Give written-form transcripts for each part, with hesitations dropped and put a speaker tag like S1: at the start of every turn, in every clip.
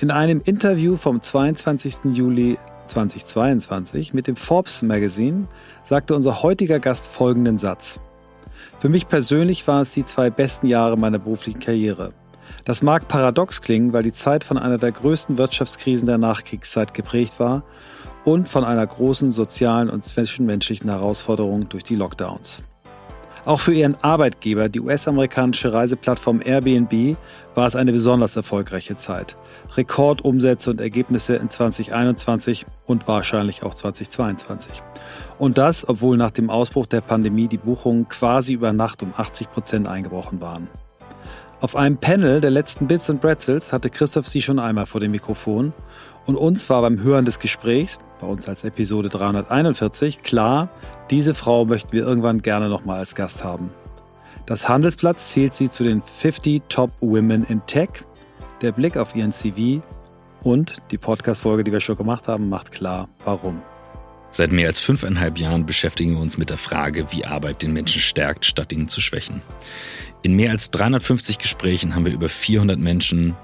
S1: In einem Interview vom 22. Juli 2022 mit dem Forbes Magazine sagte unser heutiger Gast folgenden Satz: Für mich persönlich waren es die 2 besten Jahre meiner beruflichen Karriere. Das mag paradox klingen, weil die Zeit von einer der größten Wirtschaftskrisen der Nachkriegszeit geprägt war und von einer großen sozialen und zwischenmenschlichen Herausforderung durch die Lockdowns. Auch für ihren Arbeitgeber, die US-amerikanische Reiseplattform Airbnb, war es eine besonders erfolgreiche Zeit. Rekordumsätze und Ergebnisse in 2021 und wahrscheinlich auch 2022. Und das, obwohl nach dem Ausbruch der Pandemie die Buchungen quasi über Nacht um 80% eingebrochen waren. Auf einem Panel der letzten Bits and Pretzels hatte Christoph sie schon einmal vor dem Mikrofon und uns war beim Hören des Gesprächs, bei uns als Episode 341, klar, diese Frau möchten wir irgendwann gerne nochmal als Gast haben. Das Handelsblatt zählt sie zu den 50 Top Women in Tech. Der Blick auf ihren CV und die Podcast-Folge, die wir schon gemacht haben, macht klar, warum.
S2: Seit mehr als 5,5 Jahren beschäftigen wir uns mit der Frage, wie Arbeit den Menschen stärkt, statt ihn zu schwächen. In mehr als 350 Gesprächen haben wir über 400 Menschen...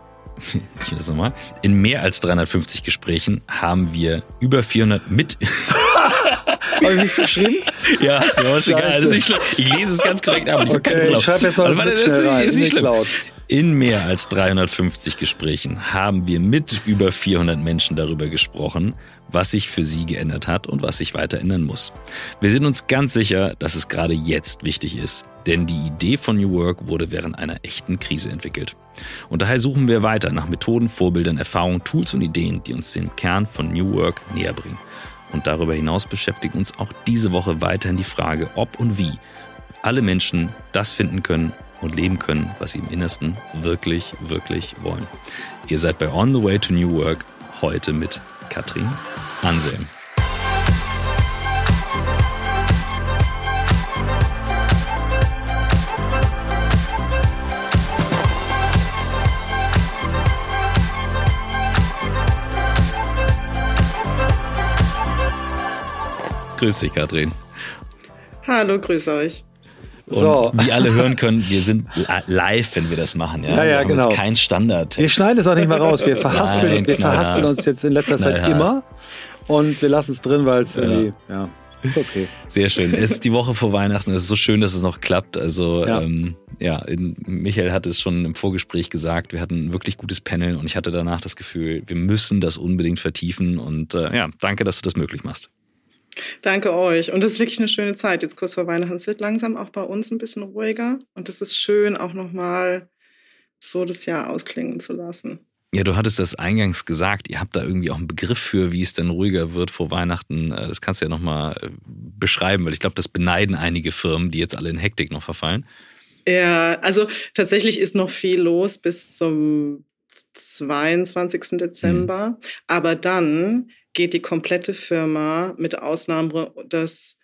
S2: In mehr als 350 Gesprächen haben wir über 400 mit...
S1: Habe ich mich verschrieben?
S2: Ja, so ist egal. Das ist nicht schlimm. Ich lese es ganz korrekt ab.
S1: Ich schreibe jetzt noch das
S2: ist nicht schlimm. In mehr als 350 Gesprächen haben wir mit über 400 Menschen darüber gesprochen, was sich für sie geändert hat und was sich weiter ändern muss. Wir sind uns ganz sicher, dass es gerade jetzt wichtig ist, denn die Idee von New Work wurde während einer echten Krise entwickelt. Und daher suchen wir weiter nach Methoden, Vorbildern, Erfahrungen, Tools und Ideen, die uns den Kern von New Work näher bringen. Und darüber hinaus beschäftigt uns auch diese Woche weiterhin die Frage, ob und wie alle Menschen das finden können und leben können, was sie im Innersten wirklich, wirklich wollen. Ihr seid bei On the Way to New Work, heute mit Katrin Anselm. Grüß dich, Katrin.
S3: Hallo, grüß euch.
S2: Und so, wie alle hören können, wir sind live, wenn wir das machen. Ja,
S1: ja,
S2: wir
S1: genau.
S2: Jetzt kein Standardtext.
S1: Wir schneiden es auch nicht mehr raus. Wir verhaspeln uns jetzt in letzter Zeit immer und wir lassen es drin, weil es irgendwie, ja, ist okay.
S2: Sehr schön. Es ist die Woche vor Weihnachten. Es ist so schön, dass es noch klappt. Also Michael hat es schon im Vorgespräch gesagt. Wir hatten ein wirklich gutes Panel und ich hatte danach das Gefühl, wir müssen das unbedingt vertiefen. Und danke, dass du das möglich machst.
S3: Danke euch. Und das ist wirklich eine schöne Zeit, jetzt kurz vor Weihnachten. Es wird langsam auch bei uns ein bisschen ruhiger. Und es ist schön, auch nochmal so das Jahr ausklingen zu lassen.
S2: Ja, du hattest das eingangs gesagt. Ihr habt da irgendwie auch einen Begriff für, wie es denn ruhiger wird vor Weihnachten. Das kannst du ja nochmal beschreiben, weil ich glaube, das beneiden einige Firmen, die jetzt alle in Hektik noch verfallen.
S3: Ja, also tatsächlich ist noch viel los bis zum 22. Dezember. Aber dann geht die komplette Firma mit Ausnahme des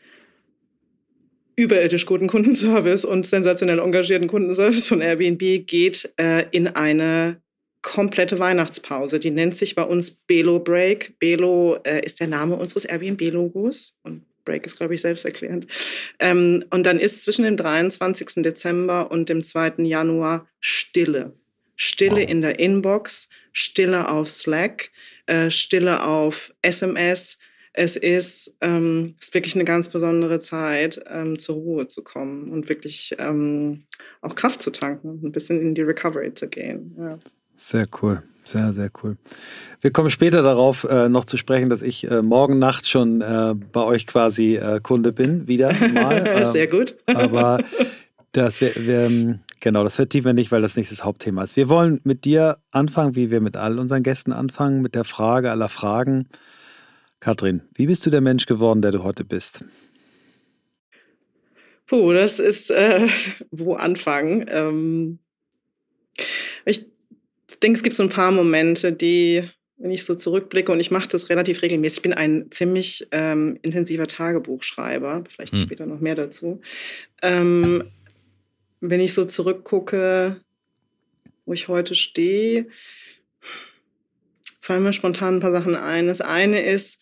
S3: überirdisch guten Kundenservice und sensationell engagierten Kundenservice von Airbnb geht in eine komplette Weihnachtspause. Die nennt sich bei uns Belo Break. Belo ist der Name unseres Airbnb-Logos und Break ist, glaube ich, selbsterklärend. Und dann ist zwischen dem 23. Dezember und dem 2. Januar Stille. Stille in der Inbox, Stille auf Slack, Stille auf SMS. Es ist wirklich eine ganz besondere Zeit, zur Ruhe zu kommen und wirklich auch Kraft zu tanken, ein bisschen in die Recovery zu gehen. Ja.
S1: Sehr cool, sehr, sehr cool. Wir kommen später darauf noch zu sprechen, dass ich morgen Nacht schon bei euch quasi Kunde bin, wieder mal.
S3: Sehr gut.
S1: Aber das vertiefen wir nicht, weil das nicht das Hauptthema ist. Wir wollen mit dir anfangen, wie wir mit all unseren Gästen anfangen, mit der Frage aller Fragen. Katrin, wie bist du der Mensch geworden, der du heute bist?
S3: Puh, das ist, wo anfangen. Ich denke, es gibt so ein paar Momente, die, wenn ich so zurückblicke, und ich mache das relativ regelmäßig, ich bin ein ziemlich intensiver Tagebuchschreiber, vielleicht später noch mehr dazu. Wenn ich so zurückgucke, wo ich heute stehe, fallen mir spontan ein paar Sachen ein. Das eine ist,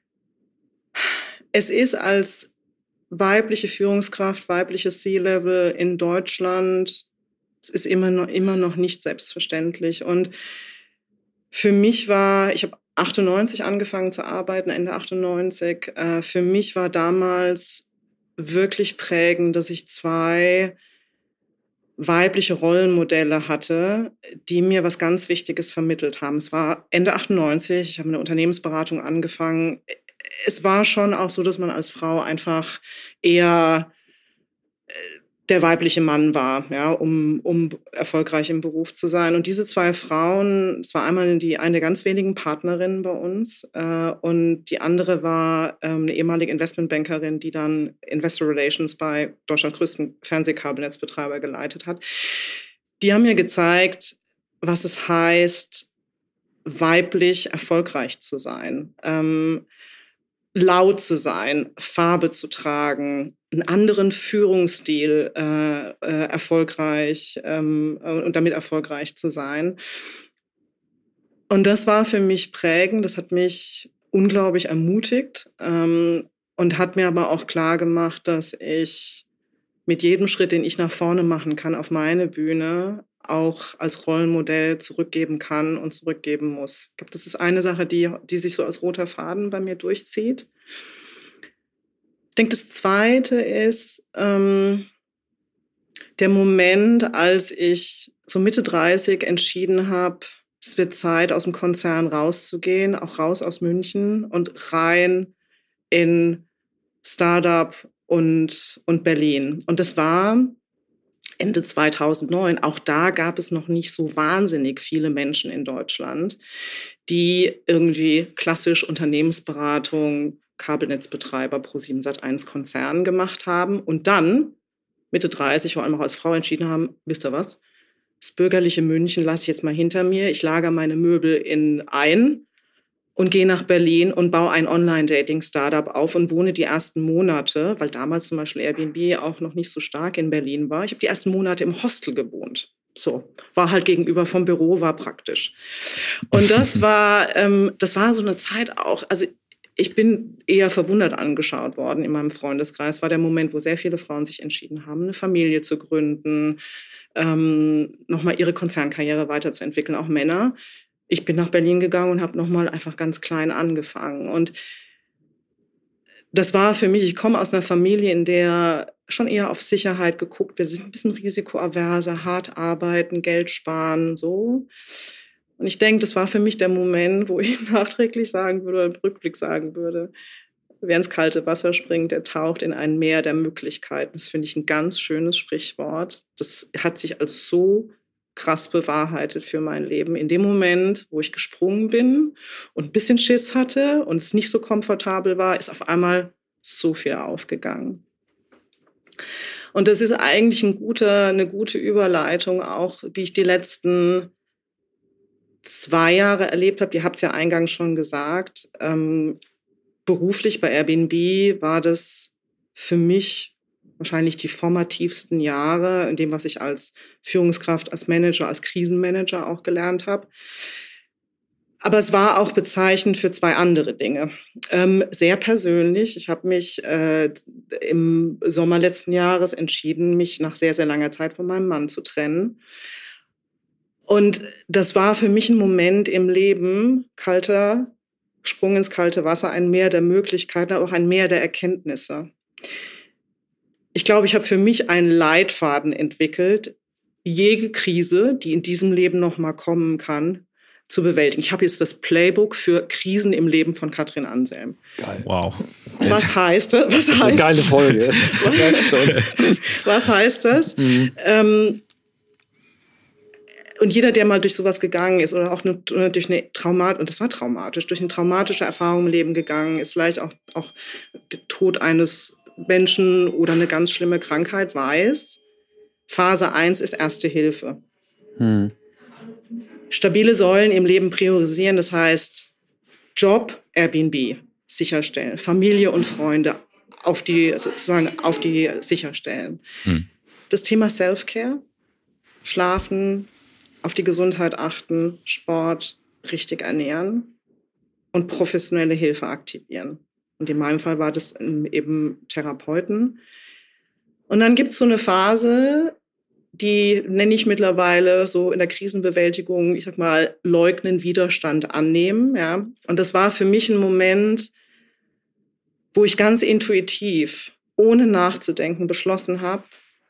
S3: es ist als weibliche Führungskraft, weibliches C-Level in Deutschland, es ist immer noch nicht selbstverständlich. Und Für mich war, ich habe 98 angefangen zu arbeiten, Ende 98. Für mich war damals wirklich prägend, dass ich 2 weibliche Rollenmodelle hatte, die mir was ganz Wichtiges vermittelt haben. Es war Ende 98, ich habe eine Unternehmensberatung angefangen. Es war schon auch so, dass man als Frau einfach eher der weibliche Mann war, ja, um erfolgreich im Beruf zu sein. Und diese 2 Frauen, es war einmal eine der ganz wenigen Partnerinnen bei uns und die andere war eine ehemalige Investmentbankerin, die dann Investor Relations bei Deutschlands größtem Fernsehkabelnetzbetreiber geleitet hat. Die haben mir gezeigt, was es heißt, weiblich erfolgreich zu sein. Laut zu sein, Farbe zu tragen, einen anderen Führungsstil erfolgreich und damit erfolgreich zu sein. Und das war für mich prägend, das hat mich unglaublich ermutigt und hat mir aber auch klar gemacht, dass ich mit jedem Schritt, den ich nach vorne machen kann auf meine Bühne, auch als Rollenmodell zurückgeben kann und zurückgeben muss. Ich glaube, das ist eine Sache, die sich so als roter Faden bei mir durchzieht. Ich denke, das Zweite ist der Moment, als ich so Mitte 30 entschieden habe, es wird Zeit, aus dem Konzern rauszugehen, auch raus aus München und rein in Startup und Berlin. Und das war Ende 2009. Auch da gab es noch nicht so wahnsinnig viele Menschen in Deutschland, die irgendwie klassisch Unternehmensberatung, Kabelnetzbetreiber, ProSiebenSat.1 Konzern gemacht haben und dann Mitte 30, vor allem auch als Frau, entschieden haben, wisst ihr was, das bürgerliche München lasse ich jetzt mal hinter mir, ich lagere meine Möbel ein und gehe nach Berlin und baue ein Online-Dating-Startup auf und wohne die ersten Monate, weil damals zum Beispiel Airbnb auch noch nicht so stark in Berlin war. Ich habe die ersten Monate im Hostel gewohnt. So, war halt gegenüber vom Büro, war praktisch. Und das war so eine Zeit auch, also ich bin eher verwundert angeschaut worden in meinem Freundeskreis. War der Moment, wo sehr viele Frauen sich entschieden haben, eine Familie zu gründen, nochmal ihre Konzernkarriere weiterzuentwickeln, auch Männer. Ich bin nach Berlin gegangen und habe nochmal einfach ganz klein angefangen. Und das war für mich, ich komme aus einer Familie, in der schon eher auf Sicherheit geguckt wird. Wir sind ein bisschen risikoaverse, hart arbeiten, Geld sparen, so. Und ich denke, das war für mich der Moment, wo ich nachträglich sagen würde, oder im Rückblick sagen würde, wer ins kalte Wasser springt, der taucht in ein Meer der Möglichkeiten. Das finde ich ein ganz schönes Sprichwort. Das hat sich als so krass bewahrheitet für mein Leben. In dem Moment, wo ich gesprungen bin und ein bisschen Schiss hatte und es nicht so komfortabel war, ist auf einmal so viel aufgegangen. Und das ist eigentlich eine gute Überleitung auch, wie ich die letzten 2 Jahre erlebt habe. Ihr habt es ja eingangs schon gesagt. Beruflich bei Airbnb war das für mich wahrscheinlich die formativsten Jahre in dem, was ich als Führungskraft, als Manager, als Krisenmanager auch gelernt habe. Aber es war auch bezeichnend für 2 andere Dinge. Sehr persönlich. Ich habe mich im Sommer letzten Jahres entschieden, mich nach sehr, sehr langer Zeit von meinem Mann zu trennen. Und das war für mich ein Moment im Leben, kalter Sprung ins kalte Wasser, ein Meer der Möglichkeiten, aber auch ein Meer der Erkenntnisse. Ich glaube, ich habe für mich einen Leitfaden entwickelt, jede Krise, die in diesem Leben noch mal kommen kann, zu bewältigen. Ich habe jetzt das Playbook für Krisen im Leben von Katrin Anselm.
S2: Geil. Wow.
S3: Was heißt das? Was heißt,
S1: eine geile Folge.
S3: Was heißt das? Und jeder, der mal durch sowas gegangen ist oder auch durch eine durch eine traumatische Erfahrung im Leben gegangen ist, vielleicht auch der Tod eines Menschen oder eine ganz schlimme Krankheit, weiß, Phase 1 ist Erste Hilfe. Stabile Säulen im Leben priorisieren, das heißt Job, Airbnb sicherstellen, Familie und Freunde auf die sicherstellen. Das Thema Self-Care, Schlafen, auf die Gesundheit achten, Sport, richtig ernähren und professionelle Hilfe aktivieren. Und in meinem Fall war das eben Therapeuten. Und dann gibt es so eine Phase, die nenne ich mittlerweile so in der Krisenbewältigung, ich sag mal, leugnen, Widerstand annehmen. Ja. Und das war für mich ein Moment, wo ich ganz intuitiv, ohne nachzudenken, beschlossen habe,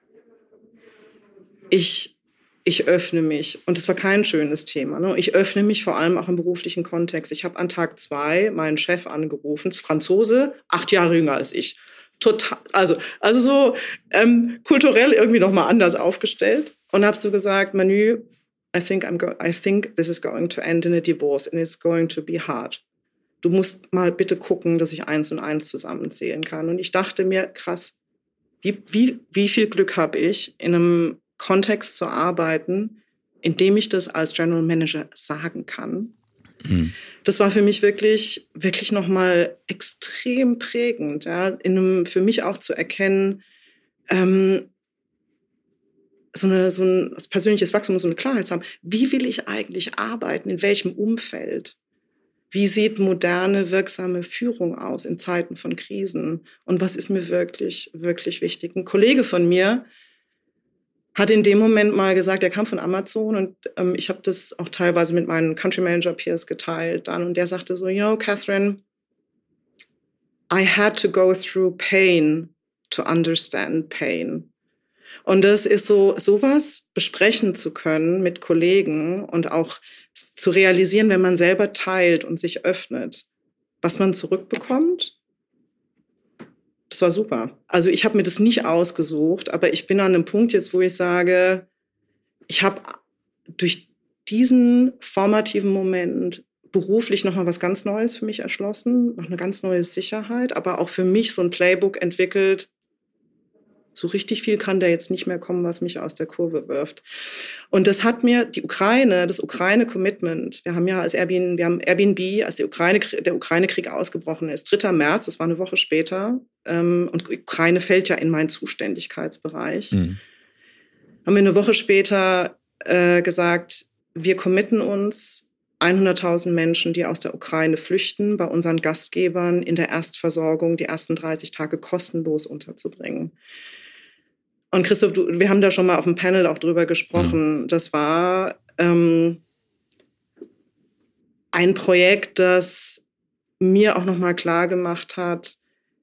S3: ich öffne mich. Und das war kein schönes Thema. Ne? Ich öffne mich vor allem auch im beruflichen Kontext. Ich habe an Tag 2 meinen Chef angerufen, Franzose, 8 Jahre jünger als ich. Total, also so kulturell irgendwie nochmal anders aufgestellt. Und habe so gesagt, Manu, I think this is going to end in a divorce and it's going to be hard. Du musst mal bitte gucken, dass ich 1 und 1 zusammenzählen kann. Und ich dachte mir, krass, wie viel Glück habe ich, in einem Kontext zu arbeiten, in dem ich das als General Manager sagen kann. Das war für mich wirklich nochmal extrem prägend, ja, für mich auch zu erkennen, so ein persönliches Wachstum, so eine Klarheit zu haben. Wie will ich eigentlich arbeiten? In welchem Umfeld? Wie sieht moderne, wirksame Führung aus in Zeiten von Krisen? Und was ist mir wirklich, wirklich wichtig? Ein Kollege von mir hat in dem Moment mal gesagt, er kam von Amazon und ich habe das auch teilweise mit meinen Country Manager Peers geteilt dann und der sagte so, Catherine, I had to go through pain to understand pain. Und das ist sowas besprechen zu können mit Kollegen und auch zu realisieren, wenn man selber teilt und sich öffnet, was man zurückbekommt. Das war super. Also ich habe mir das nicht ausgesucht, aber ich bin an einem Punkt jetzt, wo ich sage, ich habe durch diesen formativen Moment beruflich nochmal was ganz Neues für mich erschlossen, noch eine ganz neue Sicherheit, aber auch für mich so ein Playbook entwickelt. So richtig viel kann da jetzt nicht mehr kommen, was mich aus der Kurve wirft. Und das hat mir das Ukraine-Commitment, wir haben Airbnb, als der Ukraine-Krieg ausgebrochen ist, 3. März, das war eine Woche später, und Ukraine fällt ja in meinen Zuständigkeitsbereich, haben wir eine Woche später gesagt, wir committen uns, 100.000 Menschen, die aus der Ukraine flüchten, bei unseren Gastgebern in der Erstversorgung die ersten 30 Tage kostenlos unterzubringen. Und Christoph, wir haben da schon mal auf dem Panel auch drüber gesprochen. Das war ein Projekt, das mir auch noch mal klar gemacht hat,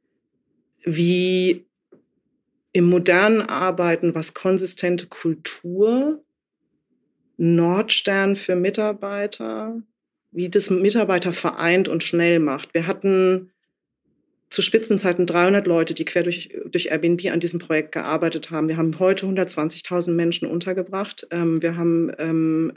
S3: wie im modernen Arbeiten, was konsistente Kultur, Nordstern für Mitarbeiter, wie das Mitarbeiter vereint und schnell macht. Wir hatten zu Spitzenzeiten 300 Leute, die quer durch Airbnb an diesem Projekt gearbeitet haben. Wir haben heute 120.000 Menschen untergebracht. Wir haben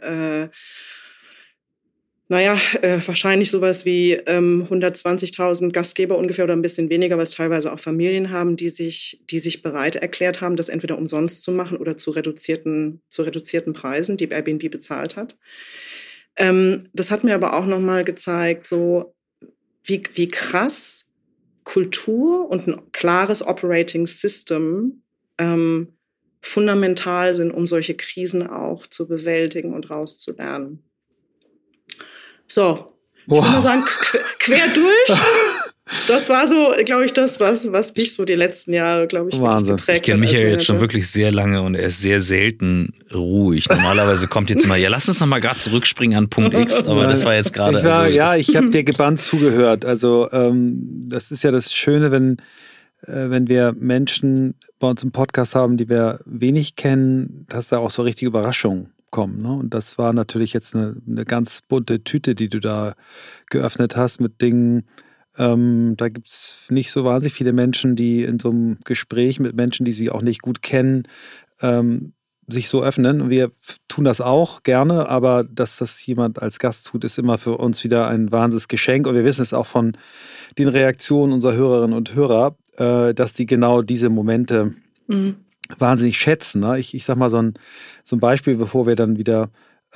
S3: wahrscheinlich sowas wie 120.000 Gastgeber ungefähr oder ein bisschen weniger, weil es teilweise auch Familien haben, die sich bereit erklärt haben, das entweder umsonst zu machen oder zu reduzierten Preisen, die Airbnb bezahlt hat. Das hat mir aber auch nochmal gezeigt, so wie krass Kultur und ein klares Operating System fundamental sind, um solche Krisen auch zu bewältigen und rauszulernen. So, ich würde mal sagen, quer durch. Das war so, glaube ich, das, was mich so die letzten Jahre, glaube ich, wirklich geprägt hat.
S2: Ich kenne Michael jetzt schon wirklich sehr lange und er ist sehr selten ruhig. Normalerweise kommt jetzt immer, lass uns noch mal gerade zurückspringen an Punkt X, aber das war jetzt gerade.
S1: Ich habe dir gebannt zugehört. Also das ist ja das Schöne, wenn wir Menschen bei uns im Podcast haben, die wir wenig kennen, dass da auch so richtige Überraschungen kommen. Ne? Und das war natürlich jetzt eine ganz bunte Tüte, die du da geöffnet hast mit Dingen. Da gibt es nicht so wahnsinnig viele Menschen, die in so einem Gespräch mit Menschen, die sie auch nicht gut kennen, sich so öffnen. Und wir tun das auch gerne, aber dass das jemand als Gast tut, ist immer für uns wieder ein wahnsinniges Geschenk. Und wir wissen es auch von den Reaktionen unserer Hörerinnen und Hörer, dass die genau diese Momente wahnsinnig schätzen. Ne? Ich sag mal so ein Beispiel, bevor wir dann wieder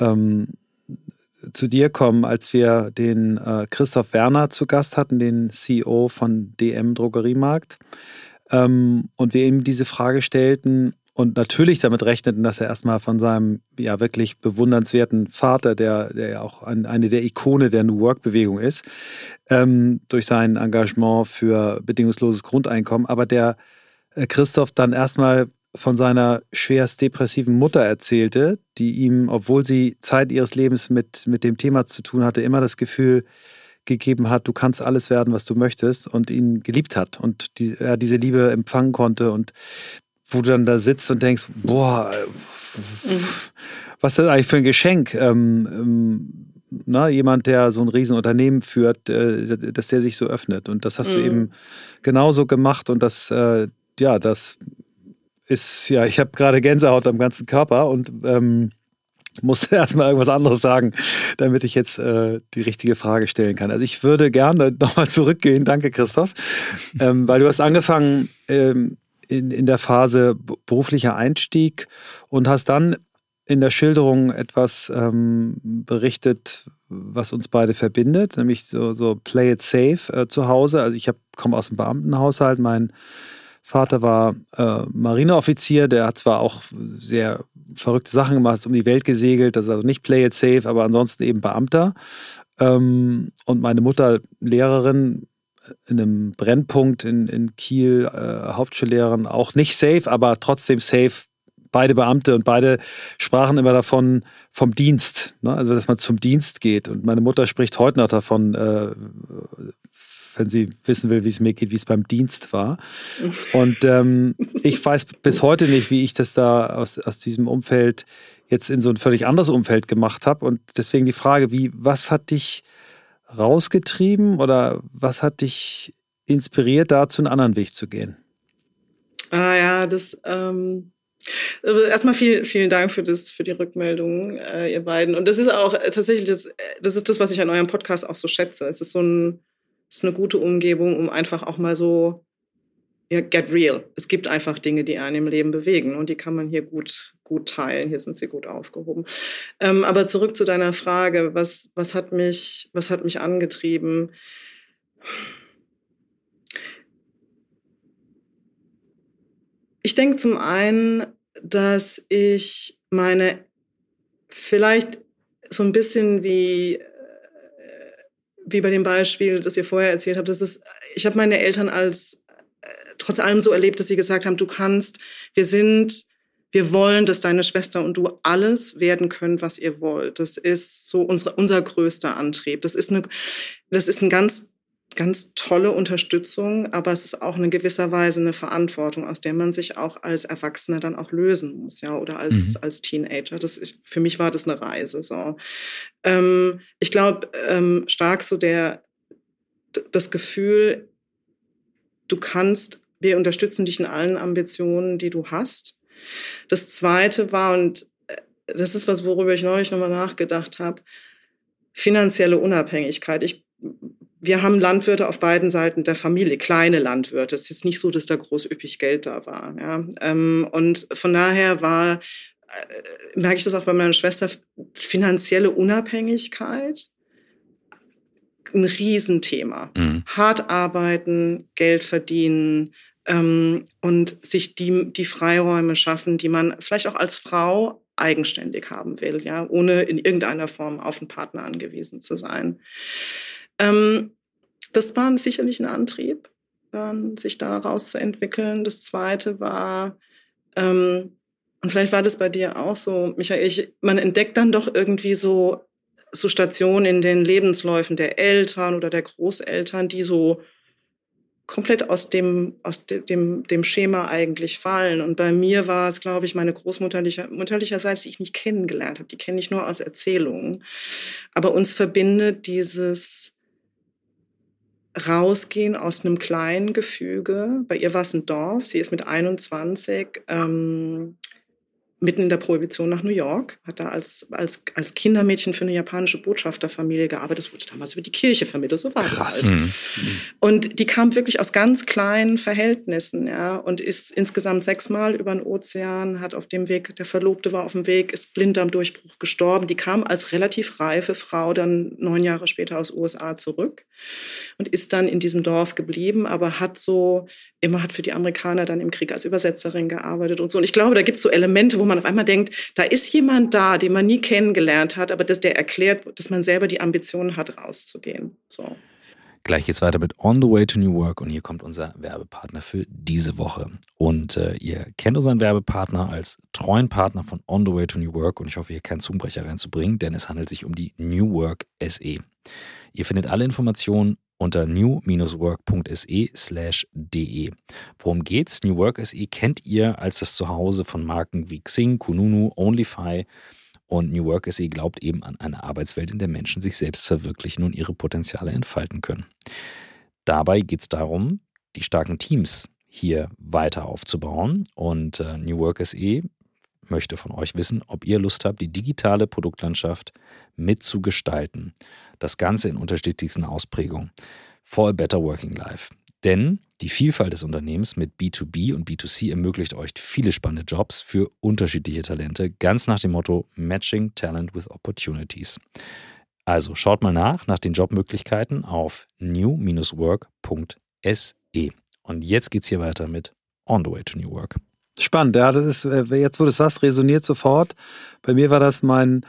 S1: zu dir kommen, als wir den Christoph Werner zu Gast hatten, den CEO von DM Drogeriemarkt, und wir ihm diese Frage stellten und natürlich damit rechneten, dass er erstmal von seinem wirklich bewundernswerten Vater, der ja auch eine der Ikone der New Work-Bewegung ist, durch sein Engagement für bedingungsloses Grundeinkommen, aber der Christoph dann erstmal von seiner schwerst depressiven Mutter erzählte, die ihm, obwohl sie Zeit ihres Lebens mit dem Thema zu tun hatte, immer das Gefühl gegeben hat, du kannst alles werden, was du möchtest, und ihn geliebt hat und er diese Liebe empfangen konnte, und wo du dann da sitzt und denkst, boah, was ist das eigentlich für ein Geschenk? Jemand, der so ein Riesenunternehmen führt, dass der sich so öffnet, und das hast du eben genauso gemacht, und das ist, ja, ich habe gerade Gänsehaut am ganzen Körper und musste erstmal irgendwas anderes sagen, damit ich jetzt die richtige Frage stellen kann. Also ich würde gerne nochmal zurückgehen, danke Christoph, weil du hast angefangen in der Phase beruflicher Einstieg und hast dann in der Schilderung etwas berichtet, was uns beide verbindet, nämlich so play it safe zu Hause. Also ich komme aus dem Beamtenhaushalt, mein Vater war Marineoffizier, der hat zwar auch sehr verrückte Sachen gemacht, ist um die Welt gesegelt, das ist also nicht play it safe, aber ansonsten eben Beamter. Und meine Mutter Lehrerin in einem Brennpunkt in Kiel, Hauptschullehrerin, auch nicht safe, aber trotzdem safe. Beide Beamte, und beide sprachen immer davon, vom Dienst, ne? Also dass man zum Dienst geht. Und meine Mutter spricht heute noch davon, wenn sie wissen will, wie es mir geht, wie es beim Dienst war. Und ich weiß bis heute nicht, wie ich das da aus diesem Umfeld jetzt in so ein völlig anderes Umfeld gemacht habe. Und deswegen die Frage, was hat dich rausgetrieben oder was hat dich inspiriert, dazu einen anderen Weg zu gehen?
S3: Erstmal vielen Dank für die Rückmeldung, ihr beiden. Und das ist auch tatsächlich, das ist das, was ich an eurem Podcast auch so schätze. Es ist eine gute Umgebung, um einfach auch mal so, ja, get real. Es gibt einfach Dinge, die einen im Leben bewegen, und die kann man hier gut teilen. Hier sind sie gut aufgehoben. Aber zurück zu deiner Frage, was hat mich angetrieben? Ich denke zum einen, dass ich vielleicht so ein bisschen wie bei dem Beispiel, das ihr vorher erzählt habt, ich habe meine Eltern als trotz allem so erlebt, dass sie gesagt haben, wir wollen, dass deine Schwester und du alles werden könnt, was ihr wollt. Das ist so unser größter Antrieb. Das ist eine ganz ganz tolle Unterstützung, aber es ist auch in gewisser Weise eine Verantwortung, aus der man sich auch als Erwachsener dann auch lösen muss, ja, oder als Teenager. Für mich war das eine Reise. So. Ich glaube, stark so das Gefühl, wir unterstützen dich in allen Ambitionen, die du hast. Das Zweite war, und das ist was, worüber ich neulich nochmal nachgedacht habe, finanzielle Unabhängigkeit. Wir haben Landwirte auf beiden Seiten der Familie, kleine Landwirte. Es ist jetzt nicht so, dass da groß üppig Geld da war. Ja? Und von daher merke ich das auch bei meiner Schwester, finanzielle Unabhängigkeit ein Riesenthema. Hart arbeiten, Geld verdienen und sich die Freiräume schaffen, die man vielleicht auch als Frau eigenständig haben will, ja, ohne in irgendeiner Form auf einen Partner angewiesen zu sein. Das war sicherlich ein Antrieb, sich da rauszuentwickeln. Das Zweite war, und vielleicht war das bei dir auch so, Michael, man entdeckt dann doch irgendwie so Stationen in den Lebensläufen der Eltern oder der Großeltern, die so komplett aus dem Schema eigentlich fallen. Und bei mir war es, glaube ich, meine mütterlicherseits, die ich nicht kennengelernt habe. Die kenne ich nur aus Erzählungen. Aber uns verbindet dieses Rausgehen aus einem kleinen Gefüge. Bei ihr war es ein Dorf. Sie ist mit 21 mitten in der Prohibition nach New York, hat da als Kindermädchen für eine japanische Botschafterfamilie gearbeitet. Das wurde damals über die Kirche vermittelt, so war das halt. Und die kam wirklich aus ganz kleinen Verhältnissen, ja, und ist insgesamt 6-mal über den Ozean, hat auf dem Weg, der Verlobte war auf dem Weg, ist Blinddarmdurchbruch gestorben. Die kam als relativ reife Frau dann 9 Jahre später aus USA zurück und ist dann in diesem Dorf geblieben, aber hat für die Amerikaner dann im Krieg als Übersetzerin gearbeitet und so. Und ich glaube, da gibt es so Elemente, wo man auf einmal denkt, da ist jemand da, den man nie kennengelernt hat, aber der erklärt, dass man selber die Ambition hat, rauszugehen. So.
S2: Gleich geht's weiter mit On the Way to New Work und hier kommt unser Werbepartner für diese Woche. Und ihr kennt unseren Werbepartner als treuen Partner von On the Way to New Work und ich hoffe, hier keinen Zungenbrecher reinzubringen, denn es handelt sich um die New Work SE. Ihr findet alle Informationen unter new-work.se/de. Worum geht's? New Work SE kennt ihr als das Zuhause von Marken wie Xing, Kununu, Onlyfy. Und New Work SE glaubt eben an eine Arbeitswelt, in der Menschen sich selbst verwirklichen und ihre Potenziale entfalten können. Dabei geht es darum, die starken Teams hier weiter aufzubauen. Und New Work SE möchte von euch wissen, ob ihr Lust habt, die digitale Produktlandschaft mitzugestalten. Das Ganze in unterschiedlichsten Ausprägungen. For a better working life. Denn die Vielfalt des Unternehmens mit B2B und B2C ermöglicht euch viele spannende Jobs für unterschiedliche Talente, ganz nach dem Motto Matching Talent with Opportunities. Also schaut mal nach den Jobmöglichkeiten auf new-work.se. Und jetzt geht's hier weiter mit On the Way to New Work.
S1: Spannend, ja, das ist, jetzt wo du es sagst, resoniert sofort. Bei mir war das mein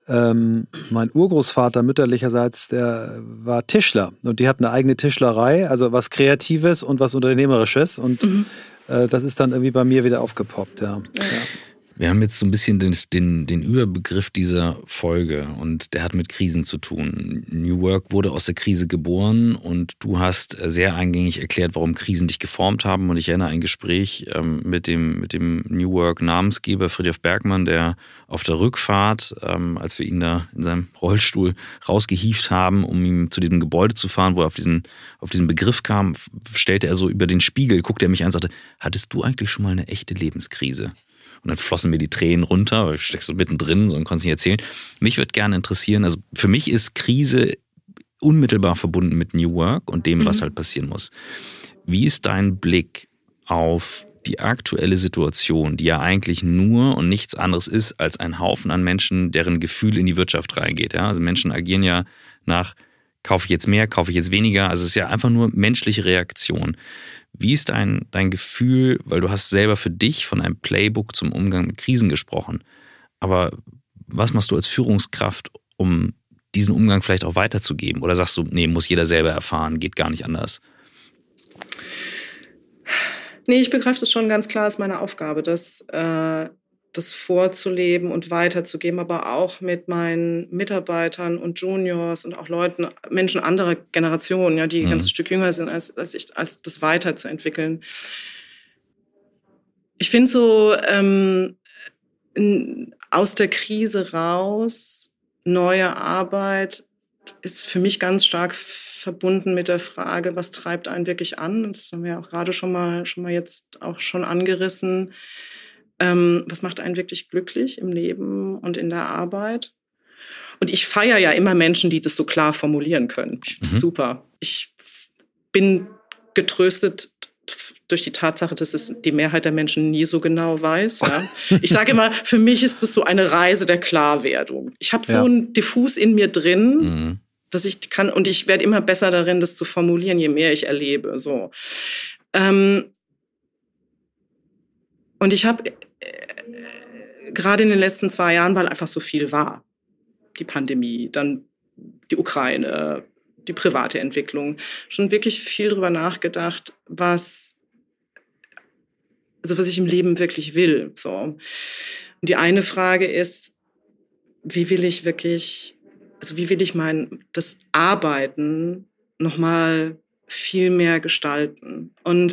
S1: Urgroßvater mütterlicherseits, der war Tischler und die hatten eine eigene Tischlerei, also was Kreatives und was Unternehmerisches und das ist dann irgendwie bei mir wieder aufgepoppt, ja.
S2: Wir haben jetzt so ein bisschen den Überbegriff dieser Folge und der hat mit Krisen zu tun. New Work wurde aus der Krise geboren und du hast sehr eingängig erklärt, warum Krisen dich geformt haben. Und ich erinnere ein Gespräch mit dem New Work Namensgeber Fridtjof Bergmann, der auf der Rückfahrt, als wir ihn da in seinem Rollstuhl rausgehievt haben, um ihm zu diesem Gebäude zu fahren, wo er auf diesen Begriff kam, stellte er so über den Spiegel, guckte er mich an und sagte, hattest du eigentlich schon mal eine echte Lebenskrise? Und dann flossen mir die Tränen runter, weil ich steck so mittendrin und konnte es nicht erzählen. Mich würde gerne interessieren, also für mich ist Krise unmittelbar verbunden mit New Work und dem, was halt passieren muss. Wie ist dein Blick auf die aktuelle Situation, die ja eigentlich nur und nichts anderes ist als ein Haufen an Menschen, deren Gefühl in die Wirtschaft reingeht? Ja? Also Menschen agieren ja nach, kaufe ich jetzt mehr, kaufe ich jetzt weniger? Also es ist ja einfach nur menschliche Reaktion. Wie ist dein Gefühl, weil du hast selber für dich von einem Playbook zum Umgang mit Krisen gesprochen, aber was machst du als Führungskraft, um diesen Umgang vielleicht auch weiterzugeben? Oder sagst du, nee, muss jeder selber erfahren, geht gar nicht anders?
S3: Nee, ich begreife das schon ganz klar als meine Aufgabe, das vorzuleben und weiterzugeben, aber auch mit meinen Mitarbeitern und Juniors und auch Menschen anderer Generationen, ja, die ein ganzes Stück jünger sind als ich, als das weiterzuentwickeln. Ich finde so aus der Krise raus, neue Arbeit ist für mich ganz stark verbunden mit der Frage, was treibt einen wirklich an? Das haben wir ja auch gerade schon mal jetzt auch schon angerissen. Was macht einen wirklich glücklich im Leben und in der Arbeit? Und ich feiere ja immer Menschen, die das so klar formulieren können. Das ist super. Ich bin getröstet durch die Tatsache, dass es die Mehrheit der Menschen nie so genau weiß. Ja. Ich sage immer, für mich ist es so eine Reise der Klarwerdung. Ich habe so ein Diffus in mir drin, dass ich kann, und ich werde immer besser darin, das zu formulieren, je mehr ich erlebe. So. Und ich habe gerade in den letzten 2 Jahren, weil einfach so viel war, die Pandemie, dann die Ukraine, die private Entwicklung, schon wirklich viel drüber nachgedacht, was ich im Leben wirklich will. So. Und die eine Frage ist, wie will ich das Arbeiten nochmal viel mehr gestalten? Und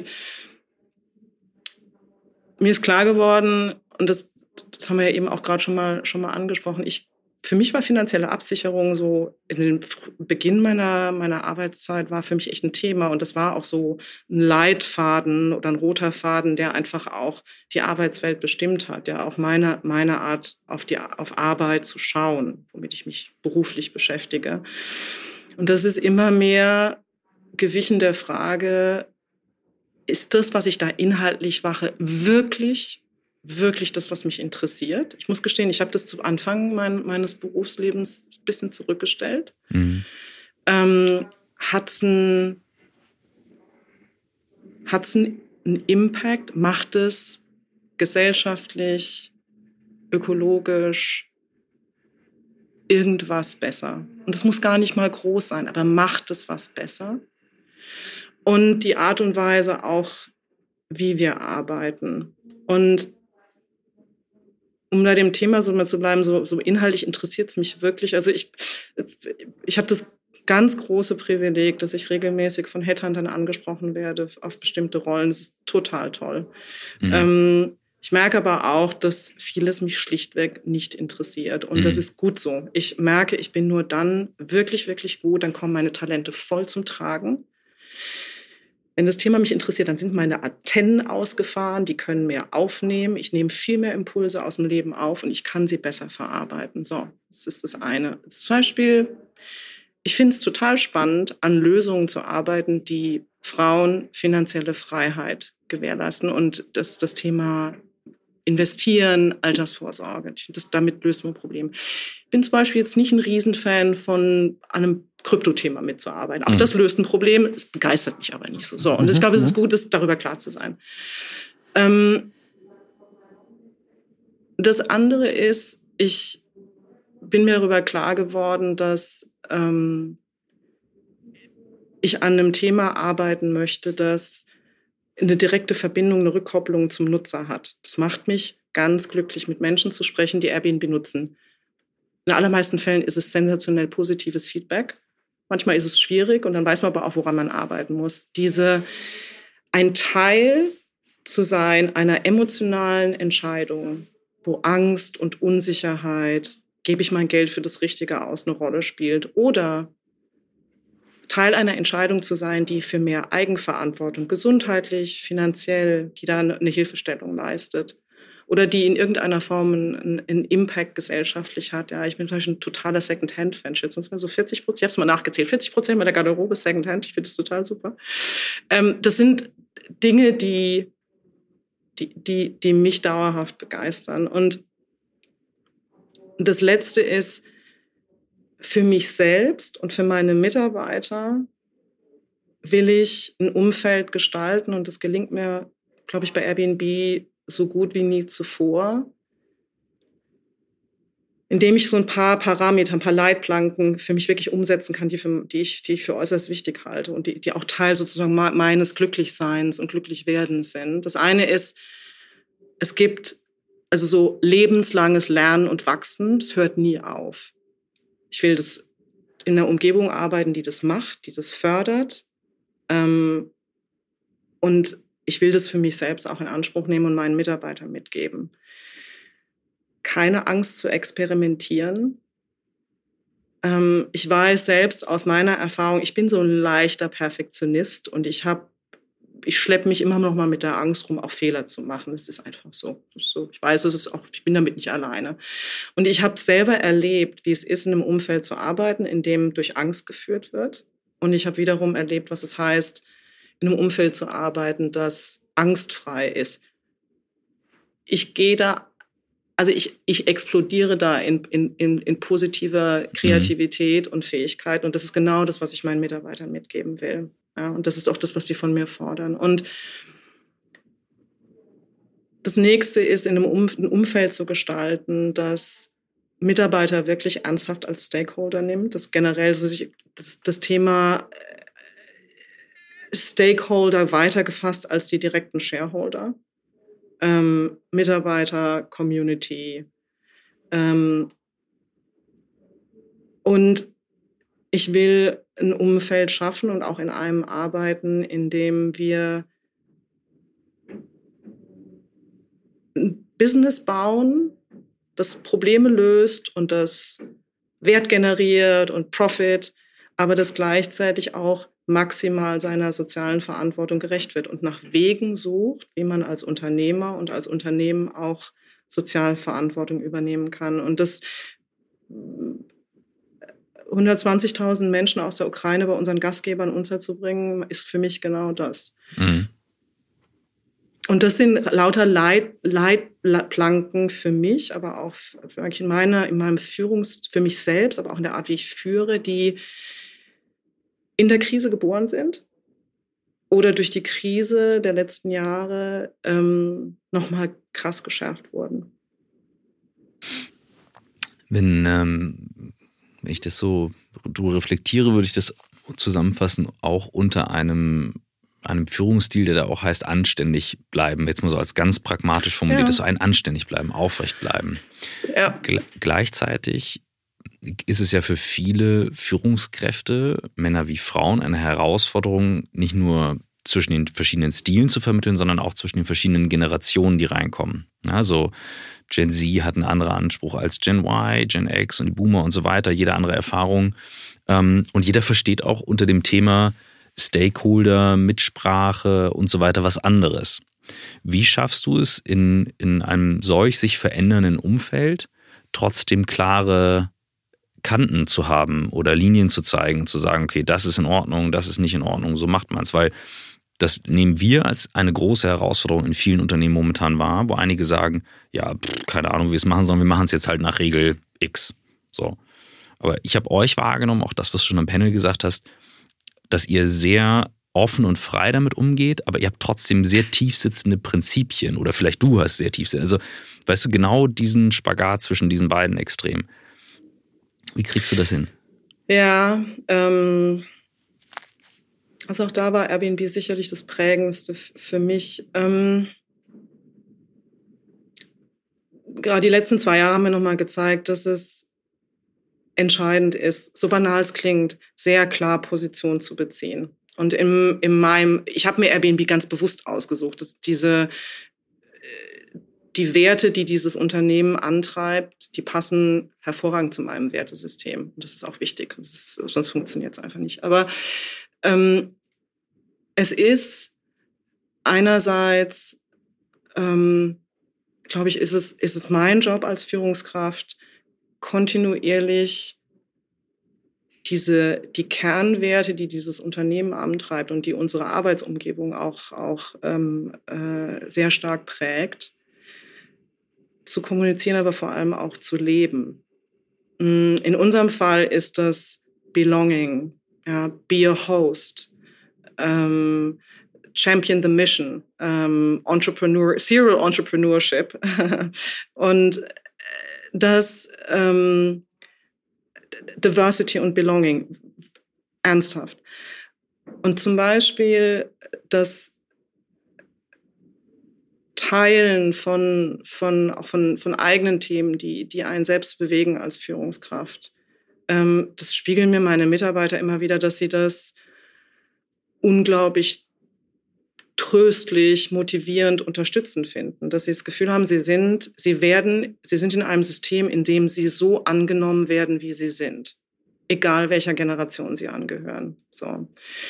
S3: mir ist klar geworden, und das haben wir ja eben auch gerade schon mal angesprochen, für mich war finanzielle Absicherung so in den Beginn meiner Arbeitszeit war für mich echt ein Thema. Und das war auch so ein Leitfaden oder ein roter Faden, der einfach auch die Arbeitswelt bestimmt hat. Ja, auch meine Art, auf Arbeit zu schauen, womit ich mich beruflich beschäftige. Und das ist immer mehr gewichen der Frage, ist das, was ich da inhaltlich mache, wirklich das, was mich interessiert? Ich muss gestehen, ich habe das zu Anfang meines Berufslebens ein bisschen zurückgestellt. Hat's einen Impact? Macht es gesellschaftlich, ökologisch irgendwas besser? Und es muss gar nicht mal groß sein, aber macht es was besser? Und die Art und Weise auch, wie wir arbeiten. Und um bei dem Thema so mal zu bleiben, so inhaltlich interessiert es mich wirklich. Also ich habe das ganz große Privileg, dass ich regelmäßig von Headhuntern angesprochen werde auf bestimmte Rollen. Das ist total toll. Mhm. Ich merke aber auch, dass vieles mich schlichtweg nicht interessiert. Und das ist gut so. Ich merke, ich bin nur dann wirklich, wirklich gut, dann kommen meine Talente voll zum Tragen. Wenn das Thema mich interessiert, dann sind meine Antennen ausgefahren, die können mehr aufnehmen. Ich nehme viel mehr Impulse aus dem Leben auf und ich kann sie besser verarbeiten. So, das ist das eine. Zum Beispiel, ich finde es total spannend, an Lösungen zu arbeiten, die Frauen finanzielle Freiheit gewährleisten und das Thema Investieren, Altersvorsorge. Ich finde, damit löst man ein Problem. Ich bin zum Beispiel jetzt nicht ein Riesenfan von einem Kryptothema mitzuarbeiten. Auch das löst ein Problem, es begeistert mich aber nicht so. Und ich glaube, es ist gut, darüber klar zu sein. Das andere ist, ich bin mir darüber klar geworden, dass ich an einem Thema arbeiten möchte, das eine direkte Verbindung, eine Rückkopplung zum Nutzer hat. Das macht mich ganz glücklich, mit Menschen zu sprechen, die Airbnb nutzen. In allermeisten Fällen ist es sensationell positives Feedback. Manchmal ist es schwierig und dann weiß man aber auch, woran man arbeiten muss. Ein Teil zu sein einer emotionalen Entscheidung, wo Angst und Unsicherheit, gebe ich mein Geld für das Richtige aus, eine Rolle spielt. Oder Teil einer Entscheidung zu sein, die für mehr Eigenverantwortung, gesundheitlich, finanziell, die da eine Hilfestellung leistet. Oder die in irgendeiner Form einen Impact gesellschaftlich hat. Ja, ich bin zum Beispiel ein totaler Second-Hand-Fan. Schätzen wir so 40%, ich habe es mal nachgezählt, 40% meiner Garderobe ist Second-Hand. Ich finde das total super. Das sind Dinge, die mich dauerhaft begeistern. Und das Letzte ist, für mich selbst und für meine Mitarbeiter will ich ein Umfeld gestalten und das gelingt mir, glaube ich, bei Airbnb so gut wie nie zuvor, indem ich so ein paar Parameter, ein paar Leitplanken für mich wirklich umsetzen kann, die ich für äußerst wichtig halte und die auch Teil sozusagen meines Glücklichseins und Glücklichwerdens sind. Das eine ist, es gibt also so lebenslanges Lernen und Wachsen, das hört nie auf. Ich will das in einer Umgebung arbeiten, die das macht, die das fördert. Und ich will das für mich selbst auch in Anspruch nehmen und meinen Mitarbeitern mitgeben. Keine Angst zu experimentieren. Ich weiß selbst aus meiner Erfahrung, ich bin so ein leichter Perfektionist und ich schleppe mich immer noch mal mit der Angst rum, auch Fehler zu machen. Das ist einfach so. Ich weiß, ich bin damit nicht alleine. Und ich habe selber erlebt, wie es ist, in einem Umfeld zu arbeiten, in dem durch Angst geführt wird. Und ich habe wiederum erlebt, was es heißt, in einem Umfeld zu arbeiten, das angstfrei ist. Ich explodiere da in positiver Kreativität und Fähigkeit. Und das ist genau das, was ich meinen Mitarbeitern mitgeben will. Ja, und das ist auch das, was die von mir fordern. Und das Nächste ist, in einem Umfeld zu gestalten, das Mitarbeiter wirklich ernsthaft als Stakeholder nimmt. Das generell das Thema Stakeholder weiter gefasst als die direkten Shareholder. Mitarbeiter, Community. Und ich will ein Umfeld schaffen und auch in einem arbeiten, in dem wir ein Business bauen, das Probleme löst und das Wert generiert und Profit, aber das gleichzeitig auch maximal seiner sozialen Verantwortung gerecht wird und nach Wegen sucht, wie man als Unternehmer und als Unternehmen auch Sozialverantwortung übernehmen kann. Und das 120.000 Menschen aus der Ukraine bei unseren Gastgebern unterzubringen, ist für mich genau das. Mhm. Und das sind lauter Leitplanken für mich, aber auch für meinem für mich selbst, aber auch in der Art, wie ich führe, die in der Krise geboren sind oder durch die Krise der letzten Jahre nochmal krass geschärft wurden.
S2: Wenn ich das so reflektiere, würde ich das zusammenfassen, auch unter einem Führungsstil, der da auch heißt, anständig bleiben. Jetzt mal so als ganz pragmatisch formuliert, dass so ein anständig bleiben, aufrecht bleiben.
S3: Ja.
S2: Gleichzeitig ist es ja für viele Führungskräfte, Männer wie Frauen, eine Herausforderung, nicht nur zwischen den verschiedenen Stilen zu vermitteln, sondern auch zwischen den verschiedenen Generationen, die reinkommen. Also Gen Z hat einen anderen Anspruch als Gen Y, Gen X und die Boomer und so weiter, jede andere Erfahrung. Und jeder versteht auch unter dem Thema Stakeholder, Mitsprache und so weiter was anderes. Wie schaffst du es in einem solch sich verändernden Umfeld trotzdem klare Kanten zu haben oder Linien zu zeigen und zu sagen, okay, das ist in Ordnung, das ist nicht in Ordnung, so macht man es, weil das nehmen wir als eine große Herausforderung in vielen Unternehmen momentan wahr, wo einige sagen, ja, keine Ahnung, wie wir es machen sollen, wir machen es jetzt halt nach Regel X. So. Aber ich habe euch wahrgenommen, auch das, was du schon am Panel gesagt hast, dass ihr sehr offen und frei damit umgeht, aber ihr habt trotzdem sehr tief sitzende Prinzipien oder vielleicht du hast sehr tief sitzende. Also, weißt du, genau diesen Spagat zwischen diesen beiden Extremen. Wie kriegst du das hin?
S3: Ja, also auch da war Airbnb sicherlich das Prägendste für mich. Gerade die letzten 2 Jahre haben mir nochmal gezeigt, dass es entscheidend ist, so banal es klingt, sehr klar Position zu beziehen. Und ich habe mir Airbnb ganz bewusst ausgesucht, dass die Werte, die dieses Unternehmen antreibt, die passen hervorragend zu meinem Wertesystem. Und das ist auch wichtig, sonst funktioniert es einfach nicht. Aber es ist einerseits, glaube ich, ist es mein Job als Führungskraft, kontinuierlich die Kernwerte, die dieses Unternehmen antreibt und die unsere Arbeitsumgebung auch sehr stark prägt, zu kommunizieren, aber vor allem auch zu leben. In unserem Fall ist das Belonging, ja, be a host, champion the mission, serial entrepreneurship und das Diversity und Belonging, ernsthaft. Und zum Beispiel das Teilen von eigenen Themen, die einen selbst bewegen als Führungskraft. Das spiegeln mir meine Mitarbeiter immer wieder, dass sie das unglaublich tröstlich, motivierend, unterstützend finden, dass sie das Gefühl haben, sie sind in einem System, in dem sie so angenommen werden, wie sie sind, egal welcher Generation sie angehören. So.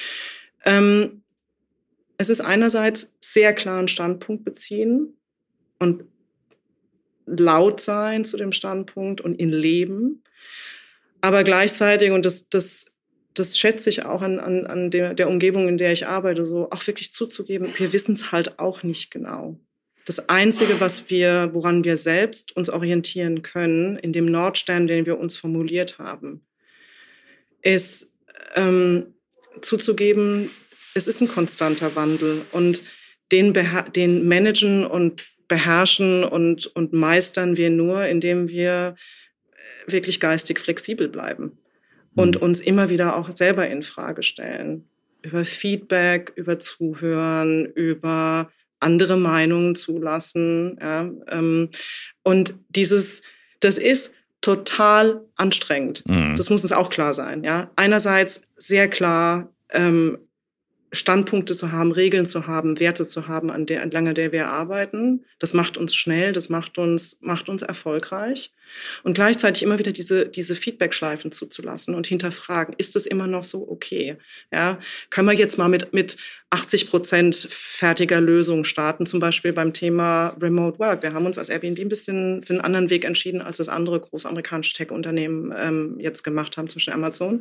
S3: Es ist einerseits sehr klar einen Standpunkt beziehen und laut sein zu dem Standpunkt und ihn leben, aber gleichzeitig, und das schätze ich auch an der Umgebung, in der ich arbeite, so auch wirklich zuzugeben, wir wissen es halt auch nicht genau. Das Einzige, woran wir selbst uns orientieren können, in dem Nordstern, den wir uns formuliert haben, ist zuzugeben, es ist ein konstanter Wandel und den managen und beherrschen und meistern wir nur, indem wir wirklich geistig flexibel bleiben und uns immer wieder auch selber in Frage stellen. Über Feedback, über Zuhören, über andere Meinungen zulassen. Ja, und das ist total anstrengend. Das muss uns auch klar sein. Ja. Einerseits sehr klar Standpunkte zu haben, Regeln zu haben, Werte zu haben, entlang der wir arbeiten. Das macht uns schnell, das macht uns erfolgreich. Und gleichzeitig immer wieder diese Feedback-Schleifen zuzulassen und hinterfragen, ist das immer noch so okay? Ja, können wir jetzt mal mit 80% fertiger Lösung starten, zum Beispiel beim Thema Remote Work. Wir haben uns als Airbnb ein bisschen für einen anderen Weg entschieden, als das andere große amerikanische Tech-Unternehmen jetzt gemacht haben, zum Beispiel Amazon.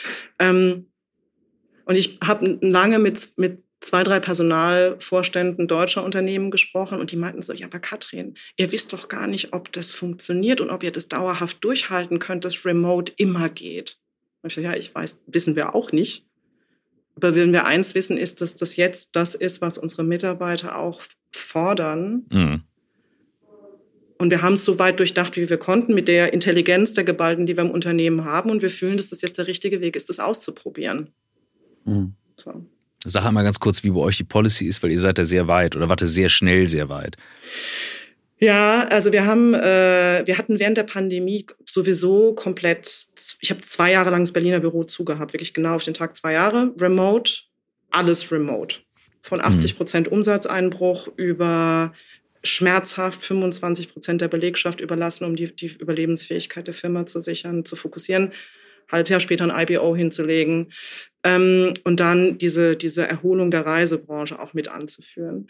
S3: Und ich habe lange mit 2, 3 Personalvorständen deutscher Unternehmen gesprochen und die meinten so, ja, aber Katrin, ihr wisst doch gar nicht, ob das funktioniert und ob ihr das dauerhaft durchhalten könnt, dass Remote immer geht. Und ich dachte, ja, ich weiß, wissen wir auch nicht. Aber wenn wir eins wissen, ist, dass das jetzt das ist, was unsere Mitarbeiter auch fordern. Mhm. Und wir haben es so weit durchdacht, wie wir konnten, mit der Intelligenz der Geballten, die wir im Unternehmen haben. Und wir fühlen, dass das jetzt der richtige Weg ist, das auszuprobieren.
S1: Mhm.
S3: So.
S2: Sag einmal ganz kurz, wie bei euch die Policy ist, weil ihr seid da sehr weit oder wart ihr sehr schnell sehr weit.
S3: Ja, also wir hatten während der Pandemie sowieso komplett, ich habe 2 Jahre lang das Berliner Büro zugehabt, wirklich genau auf den Tag 2 Jahre, remote, alles remote. Von 80% Umsatzeinbruch über schmerzhaft 25% der Belegschaft überlassen, um die Überlebensfähigkeit der Firma zu sichern, zu fokussieren, halbes Jahr später ein IPO hinzulegen und dann diese Erholung der Reisebranche auch mit anzuführen.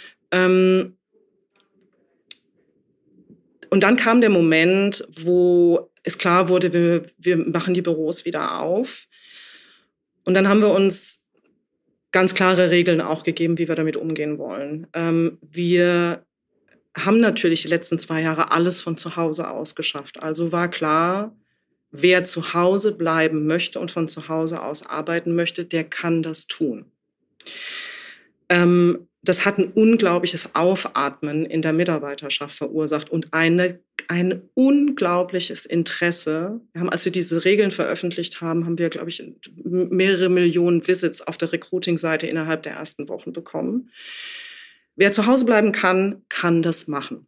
S3: Und dann kam der Moment, wo es klar wurde, wir machen die Büros wieder auf. Und dann haben wir uns ganz klare Regeln auch gegeben, wie wir damit umgehen wollen. Wir haben natürlich die letzten 2 Jahre alles von zu Hause aus geschafft. Also war klar, wer zu Hause bleiben möchte und von zu Hause aus arbeiten möchte, der kann das tun. Das hat ein unglaubliches Aufatmen in der Mitarbeiterschaft verursacht und ein unglaubliches Interesse. Als wir diese Regeln veröffentlicht haben, haben wir, glaube ich, mehrere Millionen Visits auf der Recruiting-Seite innerhalb der ersten Wochen bekommen. Wer zu Hause bleiben kann, kann das machen.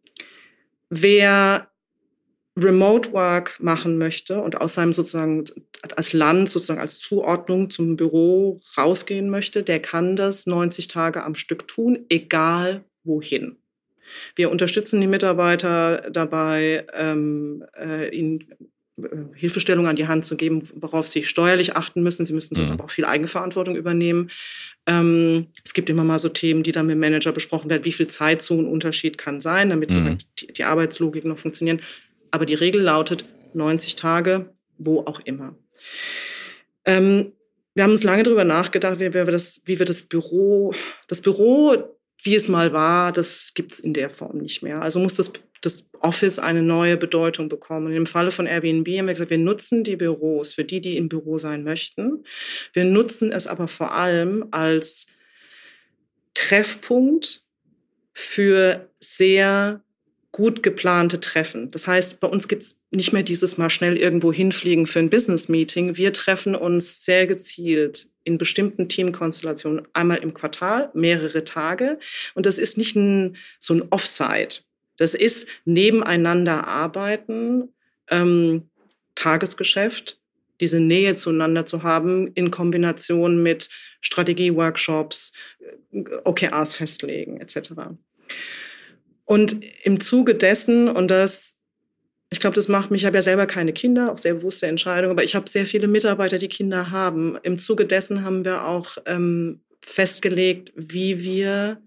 S3: Wer Remote Work machen möchte und aus seinem sozusagen als Land, sozusagen als Zuordnung zum Büro rausgehen möchte, der kann das 90 Tage am Stück tun, egal wohin. Wir unterstützen die Mitarbeiter dabei, ihnen Hilfestellung an die Hand zu geben, worauf sie steuerlich achten müssen. Sie müssen aber auch viel Eigenverantwortung übernehmen. Es gibt immer mal so Themen, die dann mit dem Manager besprochen werden, wie viel Zeitzonenunterschied kann sein, damit sozusagen die Arbeitslogik noch funktionieren. Aber die Regel lautet 90 Tage, wo auch immer. Wir haben uns lange darüber nachgedacht, wie wir das Büro, wie es mal war, das gibt es in der Form nicht mehr. Also muss das Office eine neue Bedeutung bekommen. Und im Falle von Airbnb haben wir gesagt, wir nutzen die Büros für die im Büro sein möchten. Wir nutzen es aber vor allem als Treffpunkt für sehr gut geplante Treffen. Das heißt, bei uns gibt es nicht mehr dieses mal schnell irgendwo hinfliegen für ein Business-Meeting. Wir treffen uns sehr gezielt in bestimmten Teamkonstellationen einmal im Quartal, mehrere Tage. Und das ist nicht so ein Offsite. Das ist nebeneinander arbeiten, Tagesgeschäft, diese Nähe zueinander zu haben in Kombination mit Strategie-Workshops, OKRs festlegen etc. Und im Zuge dessen, ich glaube, das macht mich, ich habe ja selber keine Kinder, auch sehr bewusste Entscheidung, aber ich habe sehr viele Mitarbeiter, die Kinder haben. Im Zuge dessen haben wir auch festgelegt, wie wir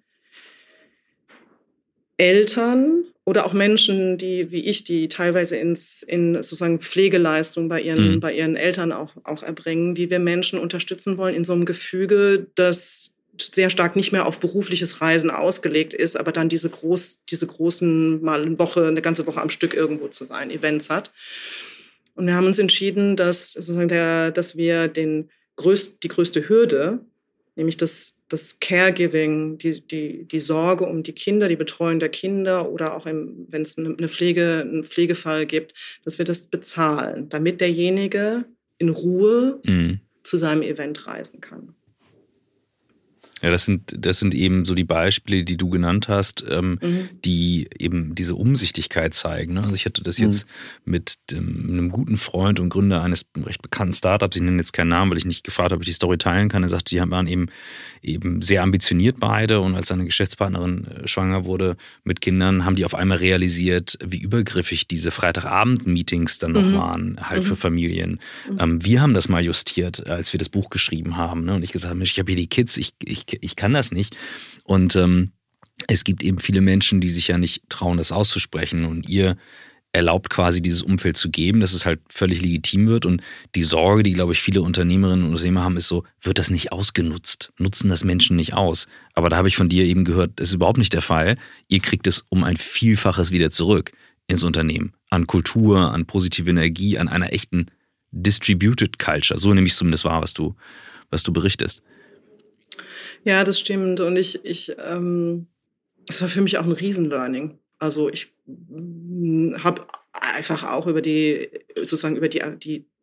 S3: Eltern oder auch Menschen, die teilweise in sozusagen Pflegeleistung bei ihren Eltern auch erbringen, wie wir Menschen unterstützen wollen in so einem Gefüge, das sehr stark nicht mehr auf berufliches Reisen ausgelegt ist, aber dann diese großen, mal eine ganze Woche am Stück irgendwo zu sein, Events hat. Und wir haben uns entschieden, dass wir die größte Hürde, nämlich das Caregiving, die Sorge um die Kinder, die Betreuung der Kinder oder auch wenn es einen Pflegefall gibt, dass wir das bezahlen, damit derjenige in Ruhe zu seinem Event reisen kann.
S2: Ja, das sind eben so die Beispiele, die du genannt hast, die eben diese Umsichtigkeit zeigen. Also ich hatte das jetzt mit einem guten Freund und Gründer eines recht bekannten Startups, ich nenne jetzt keinen Namen, weil ich nicht gefragt habe, ob ich die Story teilen kann. Er sagte, die waren eben sehr ambitioniert beide, und als seine Geschäftspartnerin schwanger wurde mit Kindern, haben die auf einmal realisiert, wie übergriffig diese Freitagabend-Meetings dann noch waren, halt für Familien. Wir haben das mal justiert, als wir das Buch geschrieben haben, ne? Und ich gesagt habe, ich habe hier die Kids, ich kann das nicht. Und es gibt eben viele Menschen, die sich ja nicht trauen, das auszusprechen. Und ihr erlaubt quasi dieses Umfeld zu geben, dass es halt völlig legitim wird. Und die Sorge, die, glaube ich, viele Unternehmerinnen und Unternehmer haben, ist so, wird das nicht ausgenutzt? Nutzen das Menschen nicht aus? Aber da habe ich von dir eben gehört, das ist überhaupt nicht der Fall. Ihr kriegt es um ein Vielfaches wieder zurück ins Unternehmen. An Kultur, an positive Energie, an einer echten Distributed Culture. So nehme ich zumindest wahr, was du berichtest.
S3: Ja, das stimmt. Und es war für mich auch ein Riesenlearning. Also ich habe einfach auch über die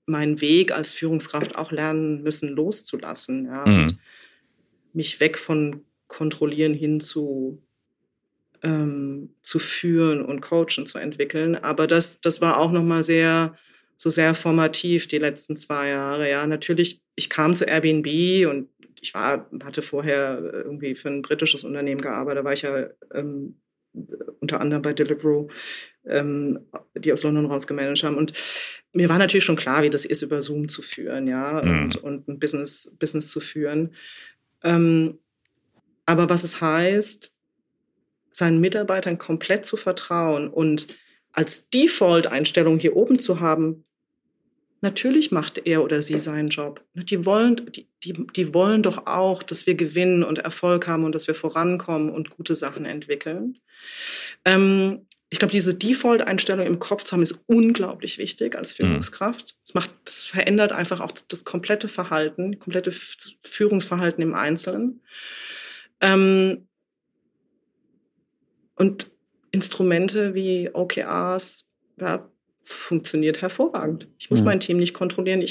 S3: meinen Weg als Führungskraft auch lernen müssen, loszulassen. Ja? Und mich weg von Kontrollieren hin zu führen und coachen zu entwickeln. Aber das war auch nochmal sehr formativ die letzten 2 Jahre. Ja, natürlich, ich kam zu Airbnb und ich hatte vorher irgendwie für ein britisches Unternehmen gearbeitet. Da war ich ja unter anderem bei Deliveroo, die aus London raus gemanagt haben. Und mir war natürlich schon klar, wie das ist, über Zoom zu führen, ja, und ein Business zu führen. Aber was es heißt, seinen Mitarbeitern komplett zu vertrauen und als Default-Einstellung hier oben zu haben, natürlich macht er oder sie seinen Job. Die wollen doch auch, dass wir gewinnen und Erfolg haben und dass wir vorankommen und gute Sachen entwickeln. Ich glaube, diese Default-Einstellung im Kopf zu haben, ist unglaublich wichtig als Führungskraft. Das verändert einfach auch das komplette Verhalten, komplette Führungsverhalten im Einzelnen. Und Instrumente wie OKRs, ja, funktioniert hervorragend. Ich muss mein Team nicht kontrollieren.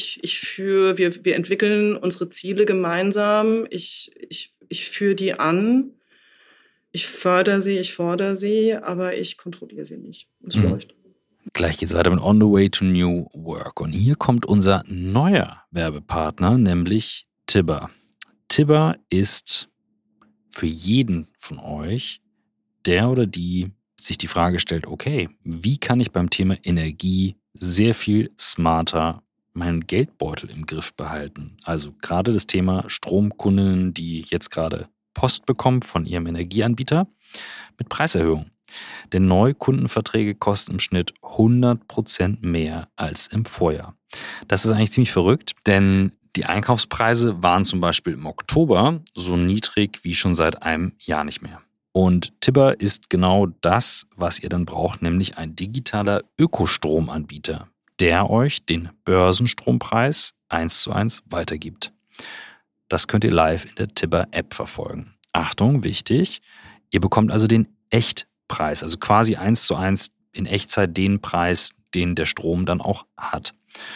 S3: Wir entwickeln unsere Ziele gemeinsam. Ich führe die an. Ich fördere sie, ich fordere sie, aber ich kontrolliere sie nicht. Das läuft.
S2: Gleich geht's weiter mit On the Way to New Work. Und hier kommt unser neuer Werbepartner, nämlich Tibber. Tibber ist für jeden von euch der oder die sich die Frage stellt, okay, wie kann ich beim Thema Energie sehr viel smarter meinen Geldbeutel im Griff behalten? Also gerade das Thema Stromkundinnen, die jetzt gerade Post bekommen von ihrem Energieanbieter mit Preiserhöhung. Denn Neukundenverträge kosten im Schnitt 100% mehr als im Vorjahr. Das ist eigentlich ziemlich verrückt, denn die Einkaufspreise waren zum Beispiel im Oktober so niedrig wie schon seit einem Jahr nicht mehr. Und Tibber ist genau das, was ihr dann braucht, nämlich ein digitaler Ökostromanbieter, der euch den Börsenstrompreis 1:1 weitergibt. Das könnt ihr live in der Tibber-App verfolgen. Achtung, wichtig, ihr bekommt also den Echtpreis, also quasi 1:1 in Echtzeit den Preis, den der Strom dann auch hat.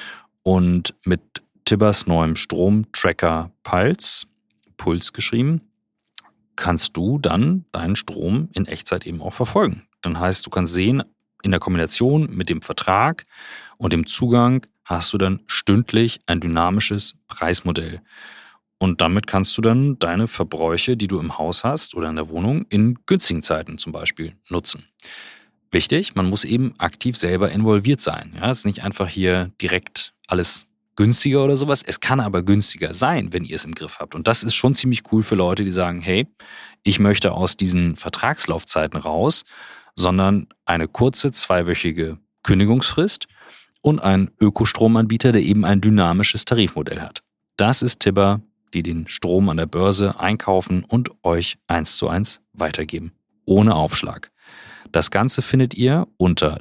S2: Und mit Tibbers neuem Stromtracker Puls geschrieben, kannst du dann deinen Strom in Echtzeit eben auch verfolgen. Dann heißt, du kannst sehen, in der Kombination mit dem Vertrag und dem Zugang hast du dann stündlich ein dynamisches Preismodell. Und damit kannst du dann deine Verbräuche, die du im Haus hast oder in der Wohnung, in günstigen Zeiten zum Beispiel nutzen. Wichtig, man muss eben aktiv selber involviert sein. Ja, es ist nicht einfach hier direkt alles günstiger oder sowas. Es kann aber günstiger sein, wenn ihr es im Griff habt. Und das ist schon ziemlich cool für Leute, die sagen, hey, ich möchte aus diesen Vertragslaufzeiten raus, sondern eine kurze 2-wöchige Kündigungsfrist und einen Ökostromanbieter, der eben ein dynamisches Tarifmodell hat. Das ist Tibber, die den Strom an der Börse einkaufen und euch 1:1 weitergeben. Ohne Aufschlag. Das Ganze findet ihr unter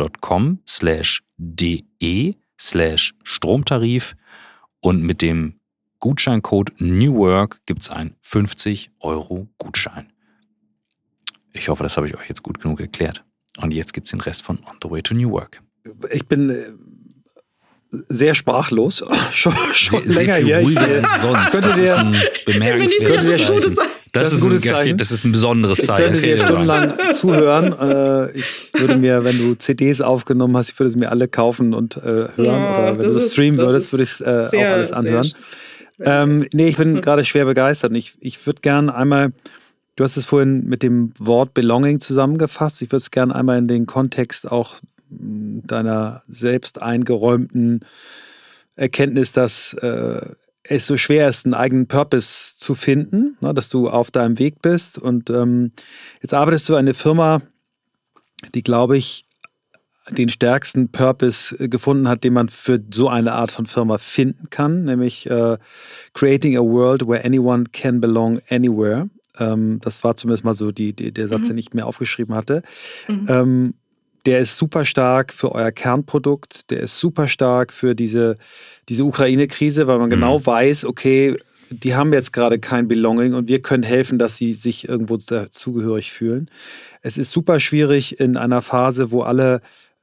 S2: tibber.com/de/Stromtarif und mit dem Gutscheincode NEWWORK gibt es einen 50€ Gutschein. Ich hoffe, das habe ich euch jetzt gut genug erklärt. Und jetzt gibt es den Rest von On the Way to New Work.
S1: Ich bin sehr sprachlos. Schon
S2: sehr
S1: länger hier.
S2: Sonst. Das ist ein bemerkenswertes Zeichen. Das ist ein gutes Zeichen. Das ist ein besonderes Zeichen.
S1: Ich könnte dir stundenlang zuhören. Ich würde mir, wenn du CDs aufgenommen hast, ich würde es mir alle kaufen und hören. Oder wenn du streamen würdest, würde ich auch alles anhören. Ich bin gerade schwer begeistert. Und ich würde gerne einmal, du hast es vorhin mit dem Wort Belonging zusammengefasst. Ich würde es gerne einmal in den Kontext auch deiner selbst eingeräumten Erkenntnis, dass es so schwer ist, einen eigenen Purpose zu finden, dass du auf deinem Weg bist. Und jetzt arbeitest du in einer Firma, die, glaube ich, den stärksten Purpose gefunden hat, den man für so eine Art von Firma finden kann, nämlich Creating a World where anyone can belong anywhere. Das war zumindest mal so der Satz, den ich mir aufgeschrieben hatte. Der ist super stark für euer Kernprodukt, der ist super stark für diese Ukraine-Krise, weil man genau weiß, okay, die haben jetzt gerade kein Belonging und wir können helfen, dass sie sich irgendwo dazugehörig fühlen. Es ist super schwierig in einer Phase, wo alle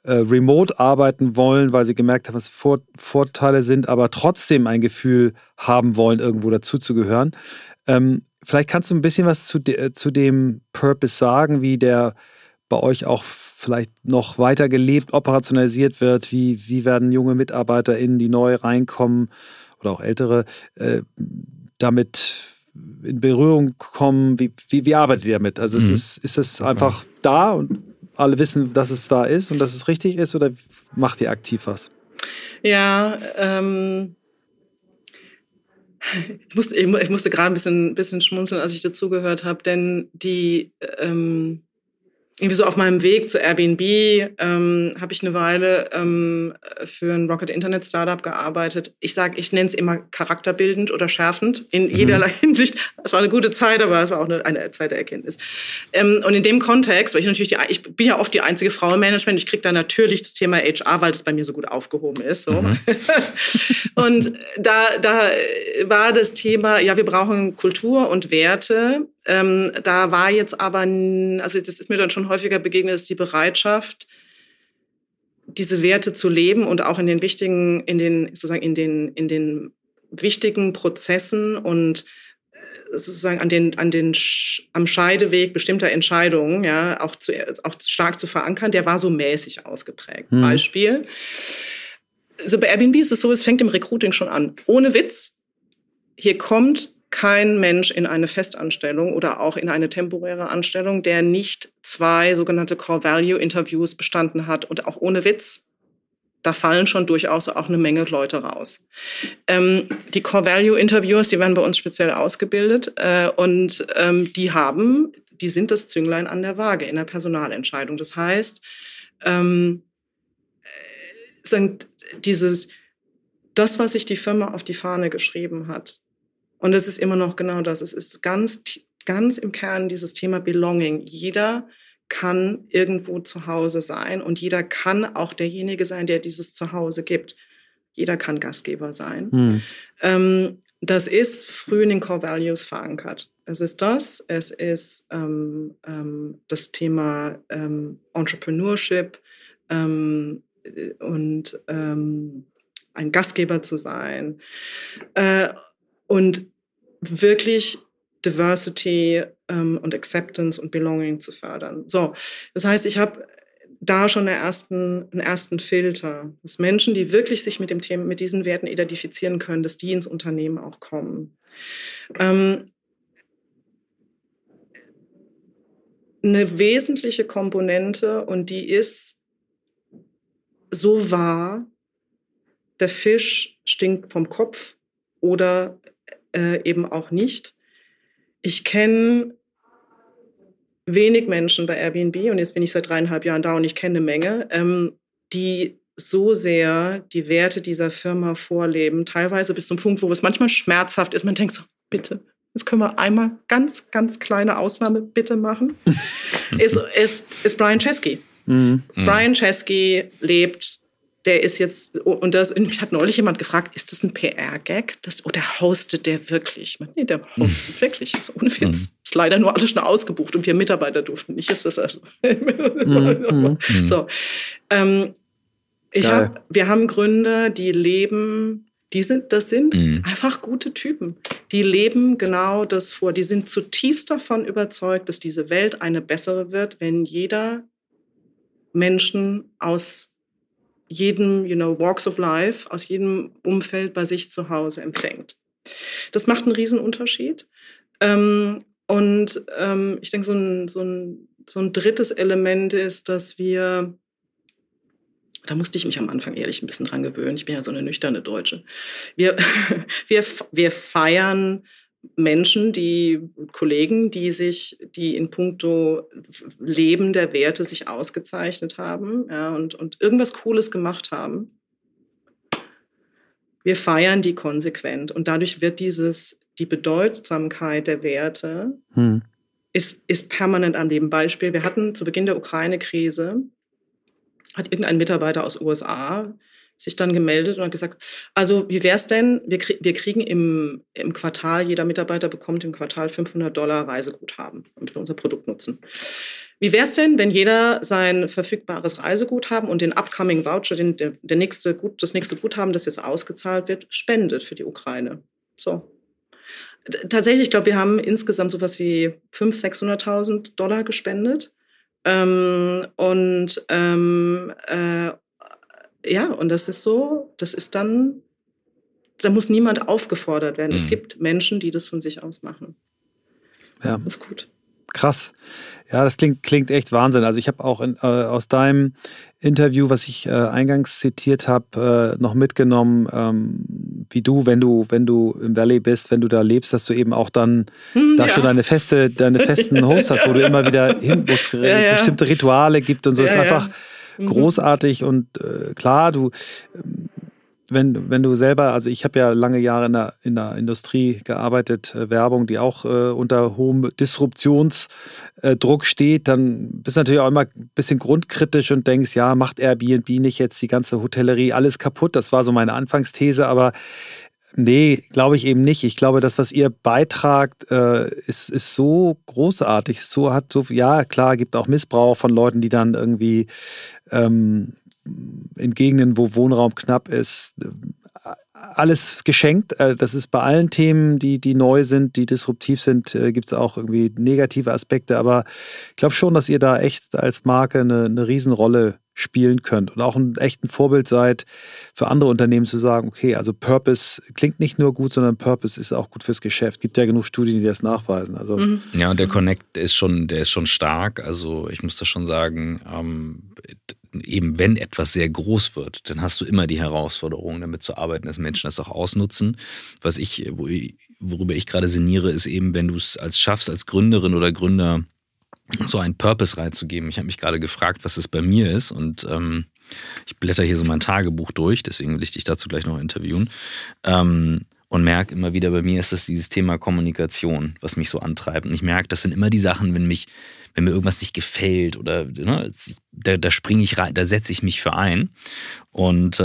S1: remote arbeiten wollen, weil sie gemerkt haben, was Vorteile sind, aber trotzdem ein Gefühl haben wollen, irgendwo dazuzugehören. Vielleicht kannst du ein bisschen was zu dem Purpose sagen, wie der bei euch auch vielleicht noch weiter gelebt, operationalisiert wird. Wie werden junge MitarbeiterInnen, die neu reinkommen oder auch ältere, damit in Berührung kommen? Wie arbeitet ihr damit? Also ist es einfach da und alle wissen, dass es da ist und dass es richtig ist, oder macht ihr aktiv was?
S3: Ja, ich musste gerade ein bisschen schmunzeln, als ich dazugehört habe, denn die irgendwie so auf meinem Weg zu Airbnb habe ich eine Weile für ein Rocket Internet Startup gearbeitet. Ich nenne es immer charakterbildend oder schärfend in jederlei Hinsicht. Es war eine gute Zeit, aber es war auch eine Zeit der Erkenntnis. Und in dem Kontext, weil ich bin ja oft die einzige Frau im Management, ich kriege da natürlich das Thema HR, weil das bei mir so gut aufgehoben ist. So. Und da war das Thema, ja, wir brauchen Kultur und Werte. Da war jetzt aber, also das ist mir dann schon häufiger begegnet, ist die Bereitschaft, diese Werte zu leben und auch in den wichtigen Prozessen und sozusagen am Scheideweg bestimmter Entscheidungen, ja, auch stark zu verankern. Der war so mäßig ausgeprägt. Beispiel. So bei Airbnb ist es so, es fängt im Recruiting schon an. Ohne Witz, hier kommt kein Mensch in eine Festanstellung oder auch in eine temporäre Anstellung, der nicht 2 sogenannte Core-Value-Interviews bestanden hat. Und auch ohne Witz, da fallen schon durchaus auch eine Menge Leute raus. Die Core-Value-Interviewers, die werden bei uns speziell ausgebildet und die sind das Zünglein an der Waage in der Personalentscheidung. Das heißt, das, was sich die Firma auf die Fahne geschrieben hat, und es ist immer noch genau das. Es ist ganz, ganz im Kern dieses Thema Belonging. Jeder kann irgendwo zu Hause sein und jeder kann auch derjenige sein, der dieses Zuhause gibt. Jeder kann Gastgeber sein. Das ist früh in den Core Values verankert. Es ist das Thema Entrepreneurship und ein Gastgeber zu sein. Und wirklich Diversity und Acceptance und Belonging zu fördern. So, das heißt, ich habe da schon einen ersten Filter, dass Menschen, die wirklich sich mit diesen Werten identifizieren können, dass die ins Unternehmen auch kommen. Eine wesentliche Komponente, und die ist so wahr, der Fisch stinkt vom Kopf oder eben auch nicht. Ich kenne wenig Menschen bei Airbnb, und jetzt bin ich seit 3,5 Jahren da und ich kenne eine Menge, die so sehr die Werte dieser Firma vorleben, teilweise bis zum Punkt, wo es manchmal schmerzhaft ist. Man denkt so, bitte, jetzt können wir einmal ganz, ganz kleine Ausnahme bitte machen. ist Brian Chesky. Brian Chesky lebt. Der ist jetzt, mich hat neulich jemand gefragt, ist das ein PR-Gag? Oder hostet der wirklich? Nee, der hostet wirklich, das ist ohne Witz. Ist leider nur alles schon ausgebucht und wir Mitarbeiter durften nicht, ist das also. So. Wir haben Gründer, die leben, das sind einfach gute Typen. Die leben genau das vor. Die sind zutiefst davon überzeugt, dass diese Welt eine bessere wird, wenn jeder Menschen aus jedem, Walks of Life, aus jedem Umfeld bei sich zu Hause empfängt. Das macht einen Riesenunterschied. Ich denke, so ein drittes Element ist, dass da musste ich mich am Anfang ehrlich ein bisschen dran gewöhnen. Ich bin ja so eine nüchterne Deutsche. Wir feiern Menschen, Kollegen, die in puncto Leben der Werte sich ausgezeichnet haben, ja, und irgendwas Cooles gemacht haben. Wir feiern die konsequent und dadurch wird die Bedeutsamkeit der Werte ist permanent am Leben. Beispiel, wir hatten zu Beginn der Ukraine-Krise, hat irgendein Mitarbeiter aus USA sich dann gemeldet und hat gesagt, also wie wäre es denn, wir kriegen im Quartal, jeder Mitarbeiter bekommt im Quartal $500 Reiseguthaben, damit wir unser Produkt nutzen. Wie wäre es denn, wenn jeder sein verfügbares Reiseguthaben und den upcoming Voucher, das nächste Guthaben, das jetzt ausgezahlt wird, spendet für die Ukraine? So. Tatsächlich, ich glaube, wir haben insgesamt sowas wie $500.000-600.000 gespendet. Und das ist so, da muss niemand aufgefordert werden. Es gibt Menschen, die das von sich aus machen.
S1: Ja.
S3: Das ist gut.
S1: Krass. Ja, das klingt echt Wahnsinn. Also ich habe auch aus deinem Interview, was ich eingangs zitiert habe, noch mitgenommen, wie du, wenn du im Valley bist, wenn du da lebst, dass du eben auch dann da schon deine festen Hosts hast, wo du immer wieder hin musst, bestimmte Rituale gibt und so. Das ist einfach großartig und klar, wenn du selber, also ich habe ja lange Jahre in der Industrie gearbeitet, Werbung, die auch unter hohem Disruptionsdruck steht, dann bist du natürlich auch immer ein bisschen grundkritisch und denkst, ja, macht Airbnb nicht jetzt die ganze Hotellerie alles kaputt? Das war so meine Anfangsthese, aber nee, glaube ich eben nicht. Ich glaube, das, was ihr beitragt, ist so großartig. Ja, klar, gibt auch Missbrauch von Leuten, die dann irgendwie in Gegenden, wo Wohnraum knapp ist, alles geschenkt. Das ist bei allen Themen, die neu sind, die disruptiv sind, gibt es auch irgendwie negative Aspekte. Aber ich glaube schon, dass ihr da echt als Marke eine Riesenrolle spielen könnt und auch ein echten Vorbild seid für andere Unternehmen zu sagen, okay, also Purpose klingt nicht nur gut, sondern Purpose ist auch gut fürs Geschäft. Gibt ja genug Studien, die das nachweisen. Also
S2: ja, und der Connect ist schon stark. Also ich muss das schon sagen, eben wenn etwas sehr groß wird, dann hast du immer die Herausforderung, damit zu arbeiten, dass Menschen das auch ausnutzen. Worüber ich gerade sinniere, ist eben, wenn du es schaffst, als Gründerin oder Gründer so einen Purpose reinzugeben. Ich habe mich gerade gefragt, was es bei mir ist und ich blätter hier so mein Tagebuch durch, deswegen will ich dich dazu gleich noch interviewen und merke immer wieder, bei mir ist das dieses Thema Kommunikation, was mich so antreibt. Und ich merke, das sind immer die Sachen, wenn mir irgendwas nicht gefällt oder da springe ich rein, da setze ich mich für ein. Und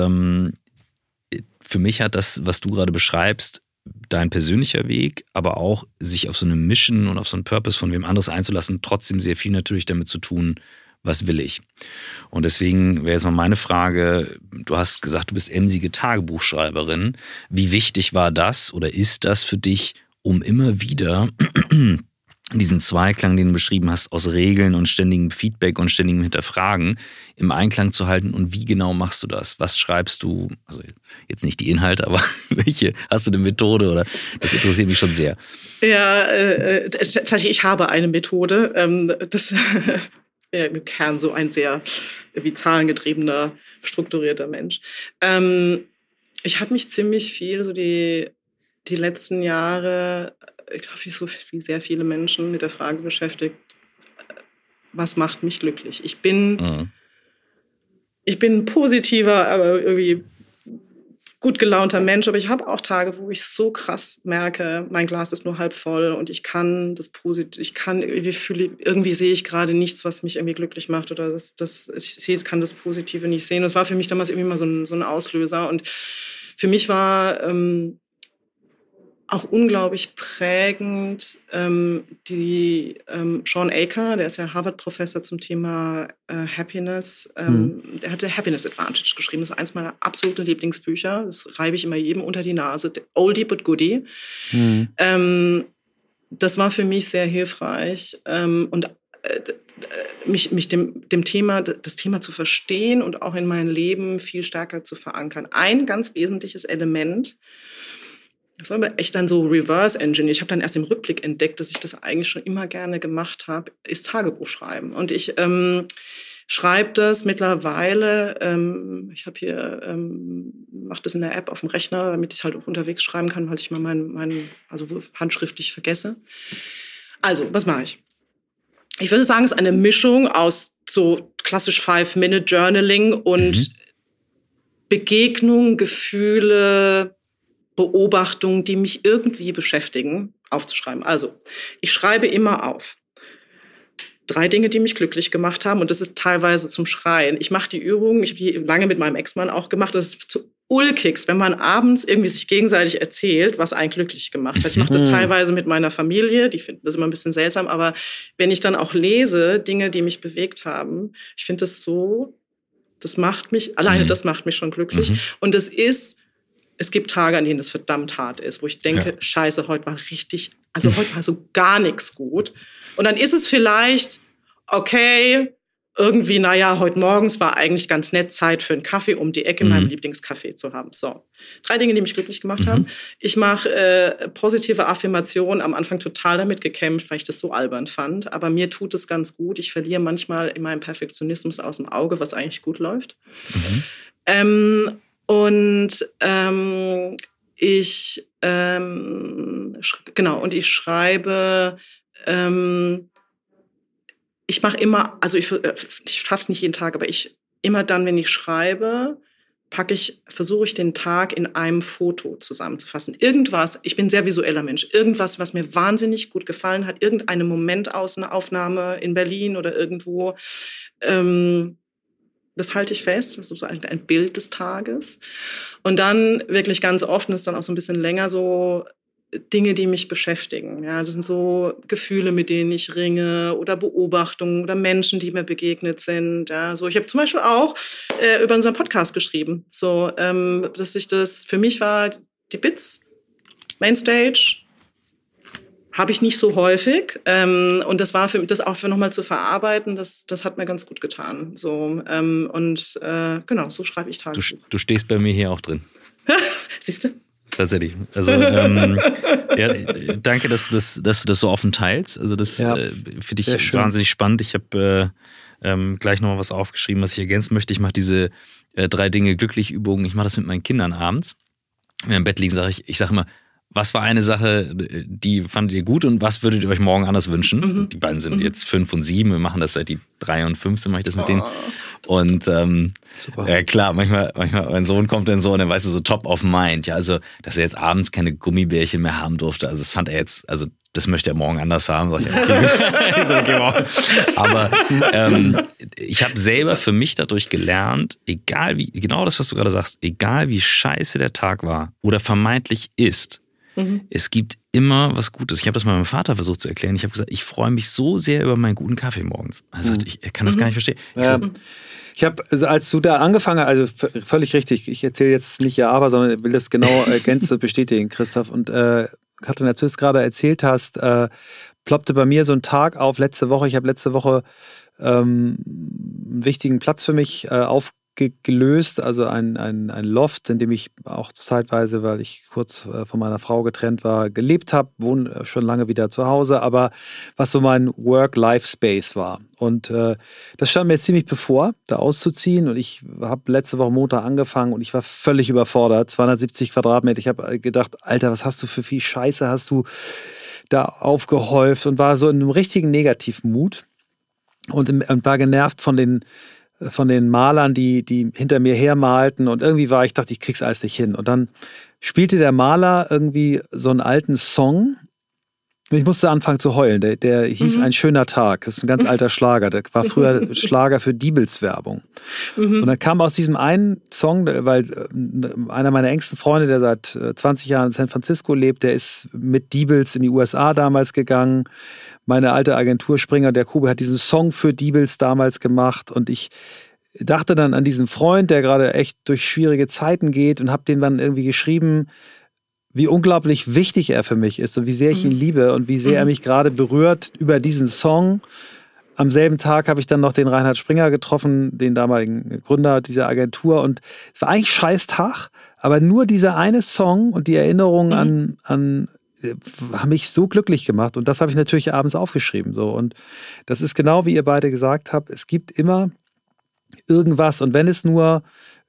S2: für mich hat das, was du gerade beschreibst, dein persönlicher Weg, aber auch sich auf so eine Mission und auf so einen Purpose von wem anderes einzulassen, trotzdem sehr viel natürlich damit zu tun, was will ich. Und deswegen wäre jetzt mal meine Frage, du hast gesagt, du bist emsige Tagebuchschreiberin. Wie wichtig war das oder ist das für dich, um immer wieder diesen Zweiklang, den du beschrieben hast, aus Regeln und ständigem Feedback und ständigem Hinterfragen im Einklang zu halten? Und wie genau machst du das? Was schreibst du? Also jetzt nicht die Inhalte, aber welche? Hast du eine Methode? Oder das interessiert mich schon sehr.
S3: Ja, tatsächlich, ich habe eine Methode. Das im Kern so ein sehr wie zahlengetriebener, strukturierter Mensch. Ich habe mich ziemlich viel so die letzten Jahre, ich glaube, wie sehr viele Menschen mit der Frage beschäftigt, was macht mich glücklich? Ich bin ein positiver, aber irgendwie gut gelaunter Mensch, aber ich habe auch Tage, wo ich so krass merke, mein Glas ist nur halb voll und ich kann das Positive, irgendwie sehe ich gerade nichts, was mich irgendwie glücklich macht oder ich kann das Positive nicht sehen. Das war für mich damals irgendwie mal so ein Auslöser und für mich war auch unglaublich prägend die Sean Aker, der ist ja Harvard-Professor zum Thema Happiness. Der hatte Happiness Advantage geschrieben. Das ist eins meiner absoluten Lieblingsbücher. Das reibe ich immer jedem unter die Nase. Oldie but goodie. Das war für mich sehr hilfreich und mich das Thema zu verstehen und auch in mein Leben viel stärker zu verankern. Ein ganz wesentliches Element, das war aber echt dann so Reverse Engineering. Ich habe dann erst im Rückblick entdeckt, dass ich das eigentlich schon immer gerne gemacht habe, ist Tagebuch schreiben. Und ich schreibe das mittlerweile, ich habe hier, mache das in der App auf dem Rechner, damit ich es halt auch unterwegs schreiben kann, weil ich mal also handschriftlich vergesse. Also, was mache ich? Ich würde sagen, es ist eine Mischung aus so klassisch 5-Minute-Journaling und Begegnungen, Gefühle, Beobachtungen, die mich irgendwie beschäftigen, aufzuschreiben. Also, ich schreibe immer auf. 3 Dinge, die mich glücklich gemacht haben. Und das ist teilweise zum Schreien. Ich mache die Übung, ich habe die lange mit meinem Ex-Mann auch gemacht. Das ist zu ulkigst, wenn man abends irgendwie sich gegenseitig erzählt, was einen glücklich gemacht hat. Ich mache das teilweise mit meiner Familie, die finden das immer ein bisschen seltsam. Aber wenn ich dann auch lese, Dinge, die mich bewegt haben, ich finde das so, das macht mich schon glücklich. Und es gibt Tage, an denen das verdammt hart ist, wo ich denke, scheiße, heute war so gar nichts gut. Und dann ist es vielleicht, okay, irgendwie, heute morgens war eigentlich ganz nett, Zeit für einen Kaffee um die Ecke in meinem Lieblingscafé zu haben. So, 3 Dinge, die mich glücklich gemacht haben. Ich mache positive Affirmationen, am Anfang total damit gekämpft, weil ich das so albern fand. Aber mir tut es ganz gut. Ich verliere manchmal in meinem Perfektionismus aus dem Auge, was eigentlich gut läuft. Ich schreibe, ich mache immer, also ich schaffe es nicht jeden Tag, aber immer dann, wenn ich schreibe, versuche ich den Tag in einem Foto zusammenzufassen. Irgendwas, ich bin ein sehr visueller Mensch, irgendwas, was mir wahnsinnig gut gefallen hat, irgendeine Momentaufnahme in Berlin oder irgendwo, das halte ich fest, das ist so ein Bild des Tages. Und dann wirklich ganz oft, und das ist dann auch so ein bisschen länger, so Dinge, die mich beschäftigen. Ja, das sind so Gefühle, mit denen ich ringe oder Beobachtungen oder Menschen, die mir begegnet sind. Ja, so ich habe zum Beispiel auch über unseren Podcast geschrieben. So, dass ich das für mich war die Bits, Mainstage, habe ich nicht so häufig. Und das war für das auch für nochmal zu verarbeiten, das hat mir ganz gut getan. So, genau, so schreibe ich Tagebuch.
S2: Du stehst bei mir hier auch drin.
S3: Siehst du?
S2: Tatsächlich. Also danke, dass du das so offen teilst. Also das finde ich wahnsinnig spannend. Ich habe gleich noch mal was aufgeschrieben, was ich ergänzen möchte. Ich mache diese 3 Dinge glücklich Übungen. Ich mache das mit meinen Kindern abends. Wenn wir im Bett liegen, ich sage immer, was war eine Sache, die fandet ihr gut und was würdet ihr euch morgen anders wünschen? Die beiden sind jetzt 5 und 7. Wir machen das seit die 3 und 15 mache ich das mit denen. Und ja klar, manchmal mein Sohn kommt dann so und dann weißt du so top of mind. Ja, also, dass er jetzt abends keine Gummibärchen mehr haben durfte. Also das fand er jetzt, also das möchte er morgen anders haben. Sag ich, okay, morgen. Aber ich habe selber für mich dadurch gelernt, egal wie, genau das, was du gerade sagst, egal wie scheiße der Tag war oder vermeintlich ist, es gibt immer was Gutes. Ich habe das mal meinem Vater versucht zu erklären. Ich habe gesagt, ich freue mich so sehr über meinen guten Kaffee morgens. Er sagt, er kann das gar nicht verstehen.
S1: Ich habe, also als du da angefangen hast, also völlig richtig, ich erzähle jetzt nicht ja aber, sondern will das genau ergänzend bestätigen, Christoph. Und Katrin, als du es gerade erzählt hast, ploppte bei mir so ein Tag auf letzte Woche. Ich habe letzte Woche einen wichtigen Platz für mich aufgelöst, also ein Loft, in dem ich auch zeitweise, weil ich kurz von meiner Frau getrennt war, gelebt habe, wohne schon lange wieder zu Hause, aber was so mein Work-Life-Space war. Und das stand mir jetzt ziemlich bevor, da auszuziehen. Und ich habe letzte Woche Montag angefangen und ich war völlig überfordert. 270 Quadratmeter. Ich habe gedacht, Alter, was hast du für viel Scheiße hast du da aufgehäuft? Und war so in einem richtigen Negativmut und war genervt von den Malern, die hinter mir hermalten. Und irgendwie dachte ich krieg's alles nicht hin. Und dann spielte der Maler irgendwie so einen alten Song. Ich musste anfangen zu heulen. Der hieß Ein schöner Tag. Das ist ein ganz alter Schlager. Der war früher Schlager für Diebels-Werbung. Und dann kam aus diesem einen Song, weil einer meiner engsten Freunde, der seit 20 Jahren in San Francisco lebt, der ist mit Diebels in die USA damals gegangen. Meine alte Agentur Springer der Kube hat diesen Song für Diebels damals gemacht. Und ich dachte dann an diesen Freund, der gerade echt durch schwierige Zeiten geht, und habe den dann irgendwie geschrieben, wie unglaublich wichtig er für mich ist und wie sehr ich ihn liebe und wie sehr er mich gerade berührt über diesen Song. Am selben Tag habe ich dann noch den Reinhard Springer getroffen, den damaligen Gründer dieser Agentur. Und es war eigentlich scheiß Tag, aber nur dieser eine Song und die Erinnerung an haben mich so glücklich gemacht. Und das habe ich natürlich abends aufgeschrieben. So. Und das ist genau, wie ihr beide gesagt habt, es gibt immer irgendwas. Und wenn es nur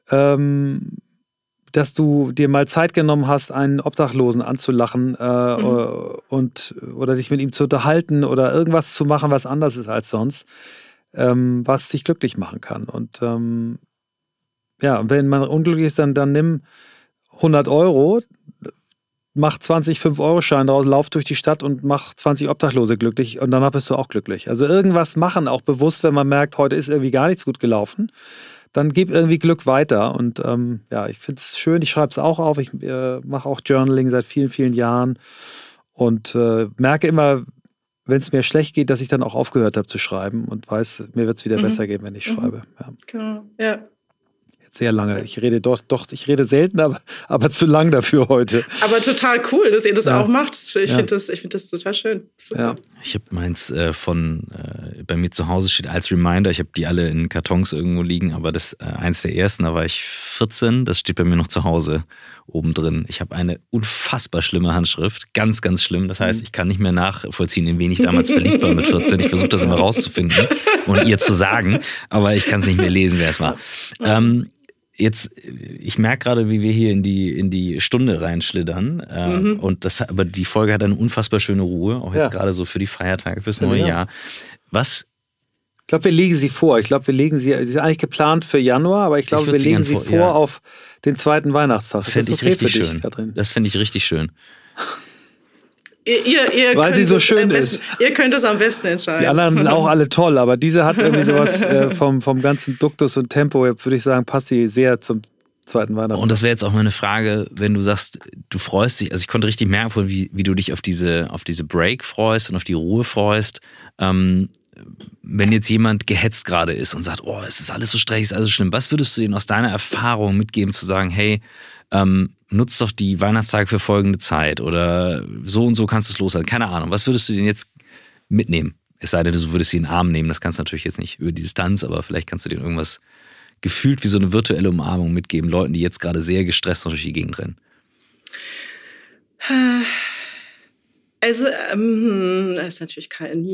S1: dass du dir mal Zeit genommen hast, einen Obdachlosen anzulachen oder dich mit ihm zu unterhalten oder irgendwas zu machen, was anders ist als sonst, was dich glücklich machen kann. Und wenn man unglücklich ist, dann nimm 100 €, mach 20 5-Euro-Scheine draus, lauf durch die Stadt und mach 20 Obdachlose glücklich und danach bist du auch glücklich. Also irgendwas machen, auch bewusst, wenn man merkt, heute ist irgendwie gar nichts gut gelaufen, dann gib irgendwie Glück weiter. Und ich finde es schön, ich schreibe es auch auf, ich mache auch Journaling seit vielen, vielen Jahren und merke immer, wenn es mir schlecht geht, dass ich dann auch aufgehört habe zu schreiben und weiß, mir wird es wieder besser gehen, wenn ich schreibe. Ja.
S3: Genau, ja.
S1: Sehr lange. Ich rede ich rede selten, aber zu lang dafür heute.
S3: Aber total cool, dass ihr das auch macht. Ich finde das total schön. Super.
S1: Ja.
S2: Ich habe meins bei mir zu Hause steht als Reminder. Ich habe die alle in Kartons irgendwo liegen, aber das eins der ersten, da war ich 14, das steht bei mir noch zu Hause oben drin. Ich habe eine unfassbar schlimme Handschrift, ganz, ganz schlimm. Das heißt, ich kann nicht mehr nachvollziehen, in wen ich damals verliebt war mit 14. Ich versuche das immer rauszufinden und ihr zu sagen, aber ich kann es nicht mehr lesen, wer es war. Jetzt, ich merke gerade, wie wir hier in die Stunde reinschlittern. Aber die Folge hat eine unfassbar schöne Ruhe, auch jetzt gerade so für die Feiertage, fürs neue Jahr. Was?
S1: Ich glaube, wir legen sie vor. Sie ist eigentlich geplant für Januar, aber ich glaube, wir legen sie vor auf den zweiten Weihnachtstag.
S2: Das finde ich richtig schön. Das finde ich richtig schön.
S3: Ihr
S1: Weil sie so schön ist.
S3: Ihr könnt es am besten entscheiden.
S1: Die anderen sind auch alle toll, aber diese hat irgendwie sowas vom ganzen Duktus und Tempo, würde ich sagen, passt sie sehr zum zweiten Weihnachtstag.
S2: Und das wäre jetzt auch meine Frage, wenn du sagst, du freust dich, also ich konnte richtig merken, wie du dich auf diese Break freust und auf die Ruhe freust. Wenn jetzt jemand gehetzt gerade ist und sagt, oh, es ist alles so stressig, es ist alles schlimm, was würdest du denen aus deiner Erfahrung mitgeben, zu sagen, hey, nutzt doch die Weihnachtstage für folgende Zeit oder so und so kannst du es loshalten. Keine Ahnung, was würdest du denen jetzt mitnehmen? Es sei denn, du würdest sie in den Arm nehmen, das kannst du natürlich jetzt nicht über die Distanz, aber vielleicht kannst du denen irgendwas gefühlt wie so eine virtuelle Umarmung mitgeben, Leuten, die jetzt gerade sehr gestresst durch die Gegend rennen.
S3: Also, das ist natürlich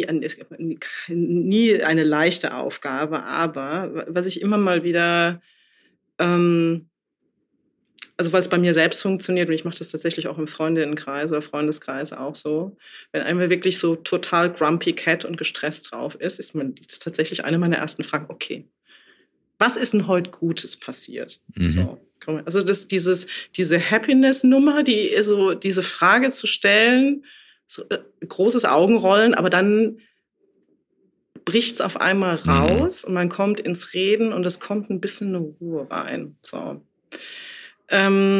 S3: nie eine leichte Aufgabe, aber was ich immer mal wieder also weil es bei mir selbst funktioniert und ich mache das tatsächlich auch im Freundinnenkreis oder Freundeskreis auch so, wenn einmal wirklich so total grumpy cat und gestresst drauf ist, ist tatsächlich eine meiner ersten Fragen, okay, was ist denn heute Gutes passiert? So, also diese Happiness-Nummer, diese Frage zu stellen, so, großes Augenrollen, aber dann bricht's auf einmal raus und man kommt ins Reden und es kommt ein bisschen eine Ruhe rein. So. Ich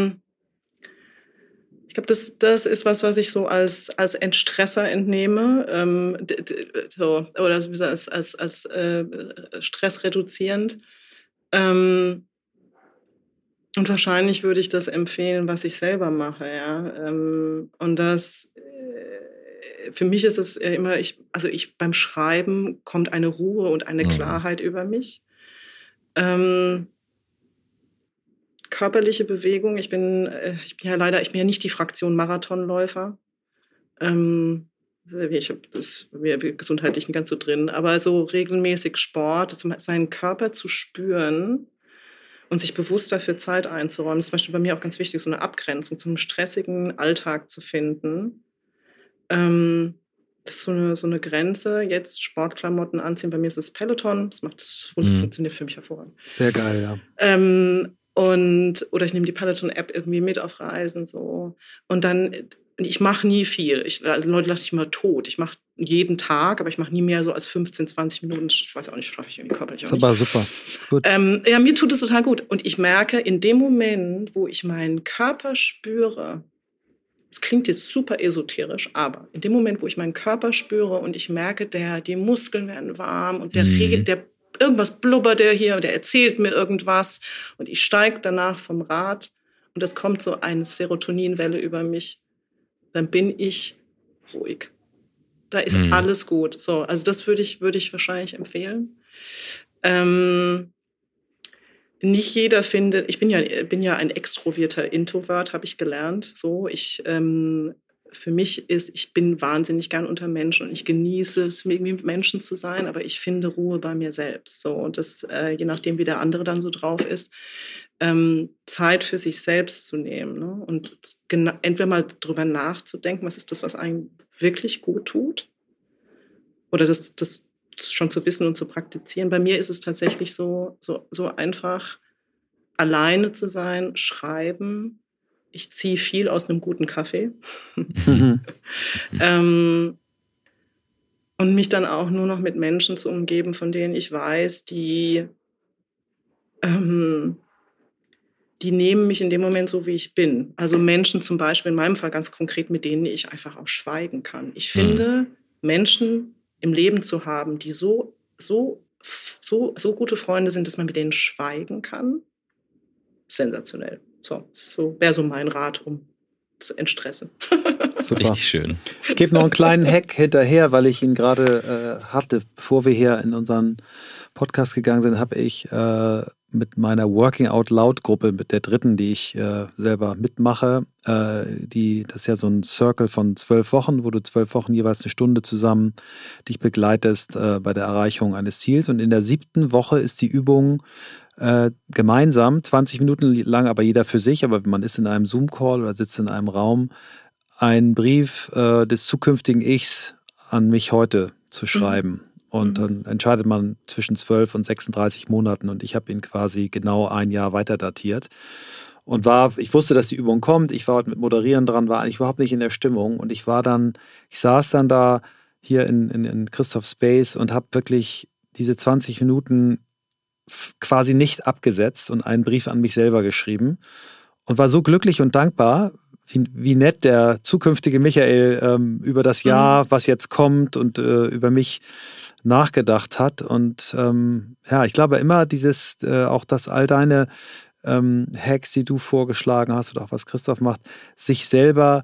S3: glaube, das ist was ich so als Entstresser entnehme, oder als stressreduzierend. Und wahrscheinlich würde ich das empfehlen, was ich selber mache, ja. Und das für mich ist es immer, beim Schreiben kommt eine Ruhe und eine Klarheit über mich. Körperliche Bewegung. Ich bin ja nicht die Fraktion Marathonläufer. Ich habe das mir gesundheitlich nicht ganz so drin, aber so regelmäßig Sport, seinen Körper zu spüren und sich bewusst dafür Zeit einzuräumen, ist zum Beispiel bei mir auch ganz wichtig, so eine Abgrenzung zum stressigen Alltag zu finden. Das ist so eine Grenze. Jetzt Sportklamotten anziehen. Bei mir ist es Peloton. Das funktioniert für mich hervorragend.
S1: Sehr geil, ja.
S3: Oder ich nehme die Peloton-App irgendwie mit auf Reisen. So. Und dann, ich mache nie viel. Leute lasse ich immer tot. Ich mache jeden Tag, aber ich mache nie mehr so als 15, 20 Minuten. Ich weiß auch nicht, schaffe ich irgendwie körperlich auch nicht.
S1: Das ist aber super. Das ist gut.
S3: Ja, mir tut es total gut. Und ich merke, in dem Moment, wo ich meinen Körper spüre, das klingt jetzt super esoterisch, aber in dem Moment, wo ich meinen Körper spüre und ich merke, die Muskeln werden warm und der irgendwas blubbert der hier und der erzählt mir irgendwas und ich steige danach vom Rad und es kommt so eine Serotoninwelle über mich, dann bin ich ruhig. Da ist alles gut. So, also das würde ich wahrscheinlich empfehlen. Nicht jeder findet, ich bin ja ein extrovierter Introvert, habe ich gelernt. So, für mich ich bin wahnsinnig gern unter Menschen und ich genieße es, mit Menschen zu sein, aber ich finde Ruhe bei mir selbst. So, und das, je nachdem, wie der andere dann so drauf ist, Zeit für sich selbst zu nehmen, ne? Und entweder mal drüber nachzudenken, was ist das, was einem wirklich gut tut, oder das schon zu wissen und zu praktizieren. Bei mir ist es tatsächlich so einfach, alleine zu sein, schreiben Ich ziehe viel aus einem guten Kaffee. Und mich dann auch nur noch mit Menschen zu umgeben, von denen ich weiß, die nehmen mich in dem Moment so, wie ich bin. Also Menschen zum Beispiel, in meinem Fall ganz konkret, mit denen ich einfach auch schweigen kann. Ich finde, Menschen im Leben zu haben, die so gute Freunde sind, dass man mit denen schweigen kann, sensationell. So wäre so mein Rat, um zu entstressen.
S1: Super.
S2: Richtig schön.
S1: Ich gebe noch einen kleinen Hack hinterher, weil ich ihn gerade hatte. Bevor wir hier in unseren Podcast gegangen sind, habe ich mit meiner Working Out Loud Gruppe, mit der dritten, die ich selber mitmache, das ist ja so ein Circle von 12 Wochen, wo du 12 Wochen jeweils eine Stunde zusammen dich begleitest bei der Erreichung eines Ziels. Und in der 7. Woche ist die Übung gemeinsam, 20 Minuten lang, aber jeder für sich, aber man ist in einem Zoom-Call oder sitzt in einem Raum, einen Brief des zukünftigen Ichs an mich heute zu schreiben. Und dann entscheidet man zwischen 12 und 36 Monaten und ich habe ihn quasi genau ein Jahr weiter datiert. Und ich wusste, dass die Übung kommt, ich war heute mit Moderieren dran, war eigentlich überhaupt nicht in der Stimmung und ich saß dann da hier in Christoph Space und habe wirklich diese 20 Minuten quasi nicht abgesetzt und einen Brief an mich selber geschrieben und war so glücklich und dankbar, wie nett der zukünftige Michael über das Jahr, was jetzt kommt und über mich nachgedacht hat. Und ich glaube immer auch dass all deine Hacks, die du vorgeschlagen hast oder auch was Christoph macht, sich selber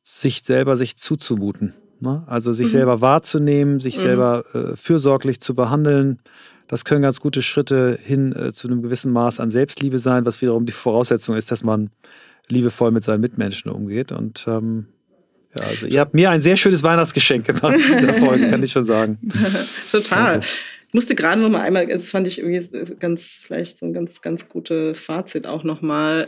S1: zuzumuten. Ne? Also sich selber wahrzunehmen, sich selber fürsorglich zu behandeln. Das können ganz gute Schritte hin zu einem gewissen Maß an Selbstliebe sein, was wiederum die Voraussetzung ist, dass man liebevoll mit seinen Mitmenschen umgeht. Und also ihr habt mir ein sehr schönes Weihnachtsgeschenk gemacht in dieser Folge, kann ich schon sagen.
S3: Total. Ich musste gerade noch mal einmal, das fand ich irgendwie vielleicht so ein ganz gutes Fazit auch noch mal.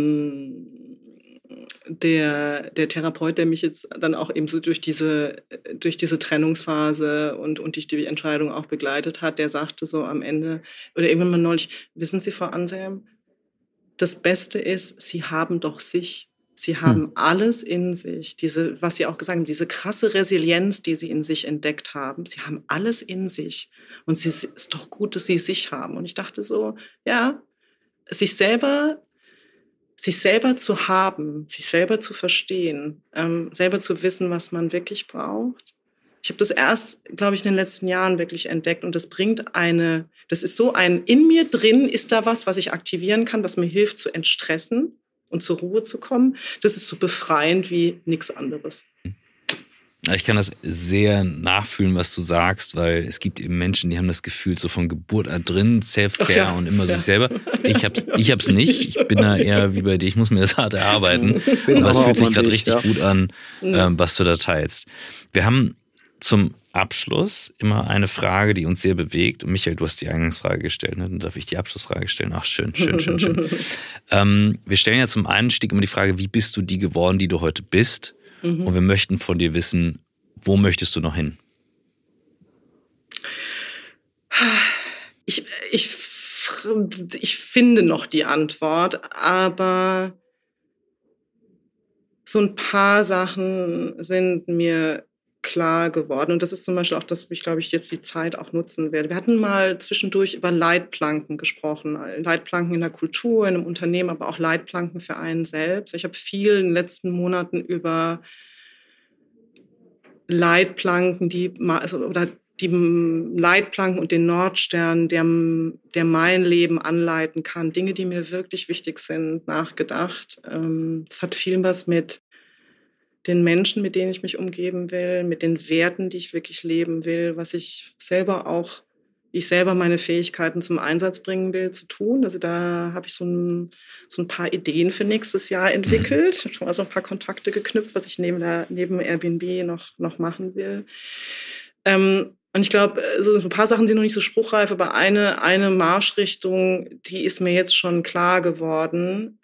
S3: Der Therapeut, der mich jetzt dann auch eben so durch diese Trennungsphase und durch die Entscheidung auch begleitet hat, der sagte so am Ende, oder irgendwann mal neulich, wissen Sie, Frau Anselm, das Beste ist, Sie haben doch sich. Sie haben alles in sich. Was Sie auch gesagt haben, diese krasse Resilienz, die Sie in sich entdeckt haben, Sie haben alles in sich. Und es ist doch gut, dass Sie sich haben. Und ich dachte so, ja, sich selber zu haben, sich selber zu verstehen, selber zu wissen, was man wirklich braucht. Ich habe das erst, glaube ich, in den letzten Jahren wirklich entdeckt und das ist so in mir drin ist da was ich aktivieren kann, was mir hilft zu entstressen und zur Ruhe zu kommen. Das ist so befreiend wie nichts anderes.
S2: Ich kann das sehr nachfühlen, was du sagst, weil es gibt eben Menschen, die haben das Gefühl so von Geburt an drin, Self-Care und immer sich selber. Ich hab's nicht. Ich bin da eher wie bei dir. Ich muss mir das hart erarbeiten. Aber es fühlt sich gerade richtig gut an, was du da teilst. Wir haben zum Abschluss immer eine Frage, die uns sehr bewegt. Und Michael, du hast die Eingangsfrage gestellt, ne? Dann darf ich die Abschlussfrage stellen. Ach, schön. Wir stellen ja zum Einstieg immer die Frage, wie bist du die geworden, die du heute bist? Und wir möchten von dir wissen, wo möchtest du noch hin?
S3: Ich finde noch die Antwort, aber so ein paar Sachen sind mir klar geworden. Und das ist zum Beispiel auch das, wo ich, glaube ich, jetzt die Zeit auch nutzen werde. Wir hatten mal zwischendurch über Leitplanken gesprochen. Leitplanken in der Kultur, in einem Unternehmen, aber auch Leitplanken für einen selbst. Ich habe viel in den letzten Monaten über Leitplanken, die Leitplanken und den Nordstern, der mein Leben anleiten kann, Dinge, die mir wirklich wichtig sind, nachgedacht. Es hat viel was mit den Menschen, mit denen ich mich umgeben will, mit den Werten, die ich wirklich leben will, wie ich selber meine Fähigkeiten zum Einsatz bringen will, zu tun. Also da habe ich so ein paar Ideen für nächstes Jahr entwickelt, schon mal so ein paar Kontakte geknüpft, was ich neben Airbnb noch machen will. Und ich glaube, so ein paar Sachen sind noch nicht so spruchreif, aber eine Marschrichtung, die ist mir jetzt schon klar geworden.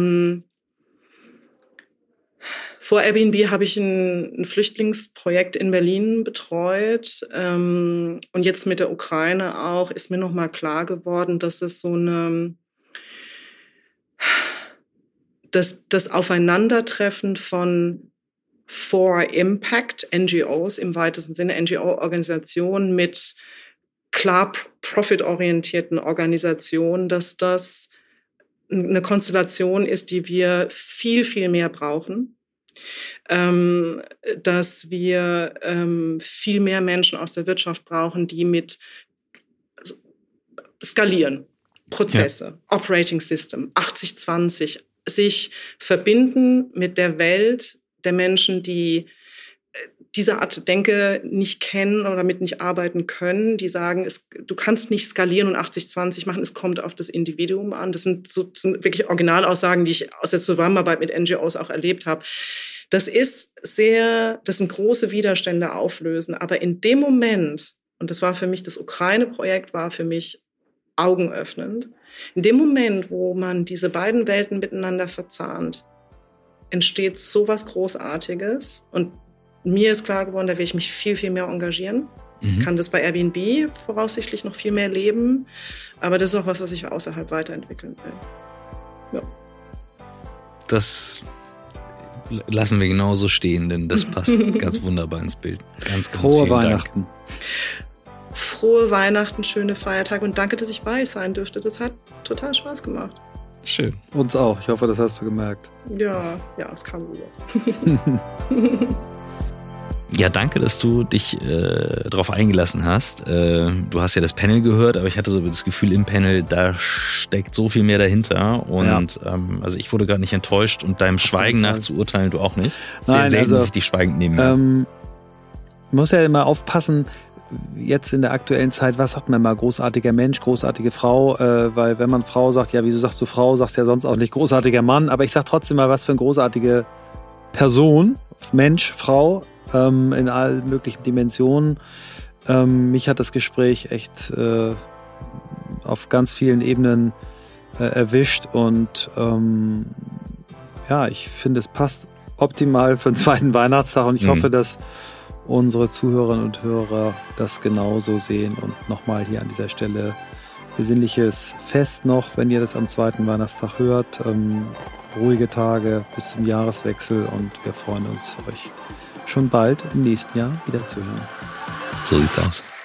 S3: Vor Airbnb habe ich ein Flüchtlingsprojekt in Berlin betreut. Und jetzt mit der Ukraine auch ist mir nochmal klar geworden, dass es das Aufeinandertreffen von For Impact, NGOs im weitesten Sinne, NGO-Organisationen mit klar profitorientierten Organisationen, dass das eine Konstellation ist, die wir viel, viel mehr brauchen. Dass wir viel mehr Menschen aus der Wirtschaft brauchen, die mit skalieren, Prozesse, Operating System, 80-20, sich verbinden mit der Welt der Menschen, die diese Art Denke nicht kennen oder damit nicht arbeiten können, die sagen, du kannst nicht skalieren und 80-20 machen, es kommt auf das Individuum an. Das sind wirklich Originalaussagen, die ich aus der Zusammenarbeit mit NGOs auch erlebt habe. Das sind große Widerstände auflösen. Aber in dem Moment, und das war für mich, das Ukraine-Projekt war für mich augenöffnend, in dem Moment, wo man diese beiden Welten miteinander verzahnt, entsteht so was Großartiges. Und mir ist klar geworden, da will ich mich viel, viel mehr engagieren. Ich kann das bei Airbnb voraussichtlich noch viel mehr leben. Aber das ist auch was ich außerhalb weiterentwickeln will. Ja.
S2: Das lassen wir genauso stehen, denn das passt ganz wunderbar ins Bild. Ganz, ganz
S1: frohe Weihnachten.
S3: Frohe Weihnachten, schöne Feiertage und danke, dass ich bei euch sein dürfte. Das hat total Spaß gemacht.
S2: Schön.
S1: Uns auch. Ich hoffe, das hast du gemerkt.
S3: Ja, das kam rüber.
S2: Ja, danke, dass du dich darauf eingelassen hast. Du hast ja das Panel gehört, aber ich hatte so das Gefühl im Panel, da steckt so viel mehr dahinter. Und also ich wurde gerade nicht enttäuscht und deinem Schweigen nach zu urteilen, du auch nicht. Sehr selten sich die schweigend nehmen.
S1: Man muss ja immer aufpassen, jetzt in der aktuellen Zeit, was sagt man mal, großartiger Mensch, großartige Frau, weil wenn man Frau sagt, ja, wieso sagst du Frau, sagst ja sonst auch nicht großartiger Mann, aber ich sag trotzdem mal, was für eine großartige Person, Mensch, Frau, in allen möglichen Dimensionen. Mich hat das Gespräch echt auf ganz vielen Ebenen erwischt und ich finde, es passt optimal für den zweiten Weihnachtstag und ich hoffe, dass unsere Zuhörerinnen und Hörer das genauso sehen und nochmal hier an dieser Stelle besinnliches Fest noch, wenn ihr das am zweiten Weihnachtstag hört. Ruhige Tage bis zum Jahreswechsel und wir freuen uns, euch schon bald im nächsten Jahr wieder zu hören.
S2: So sieht's aus.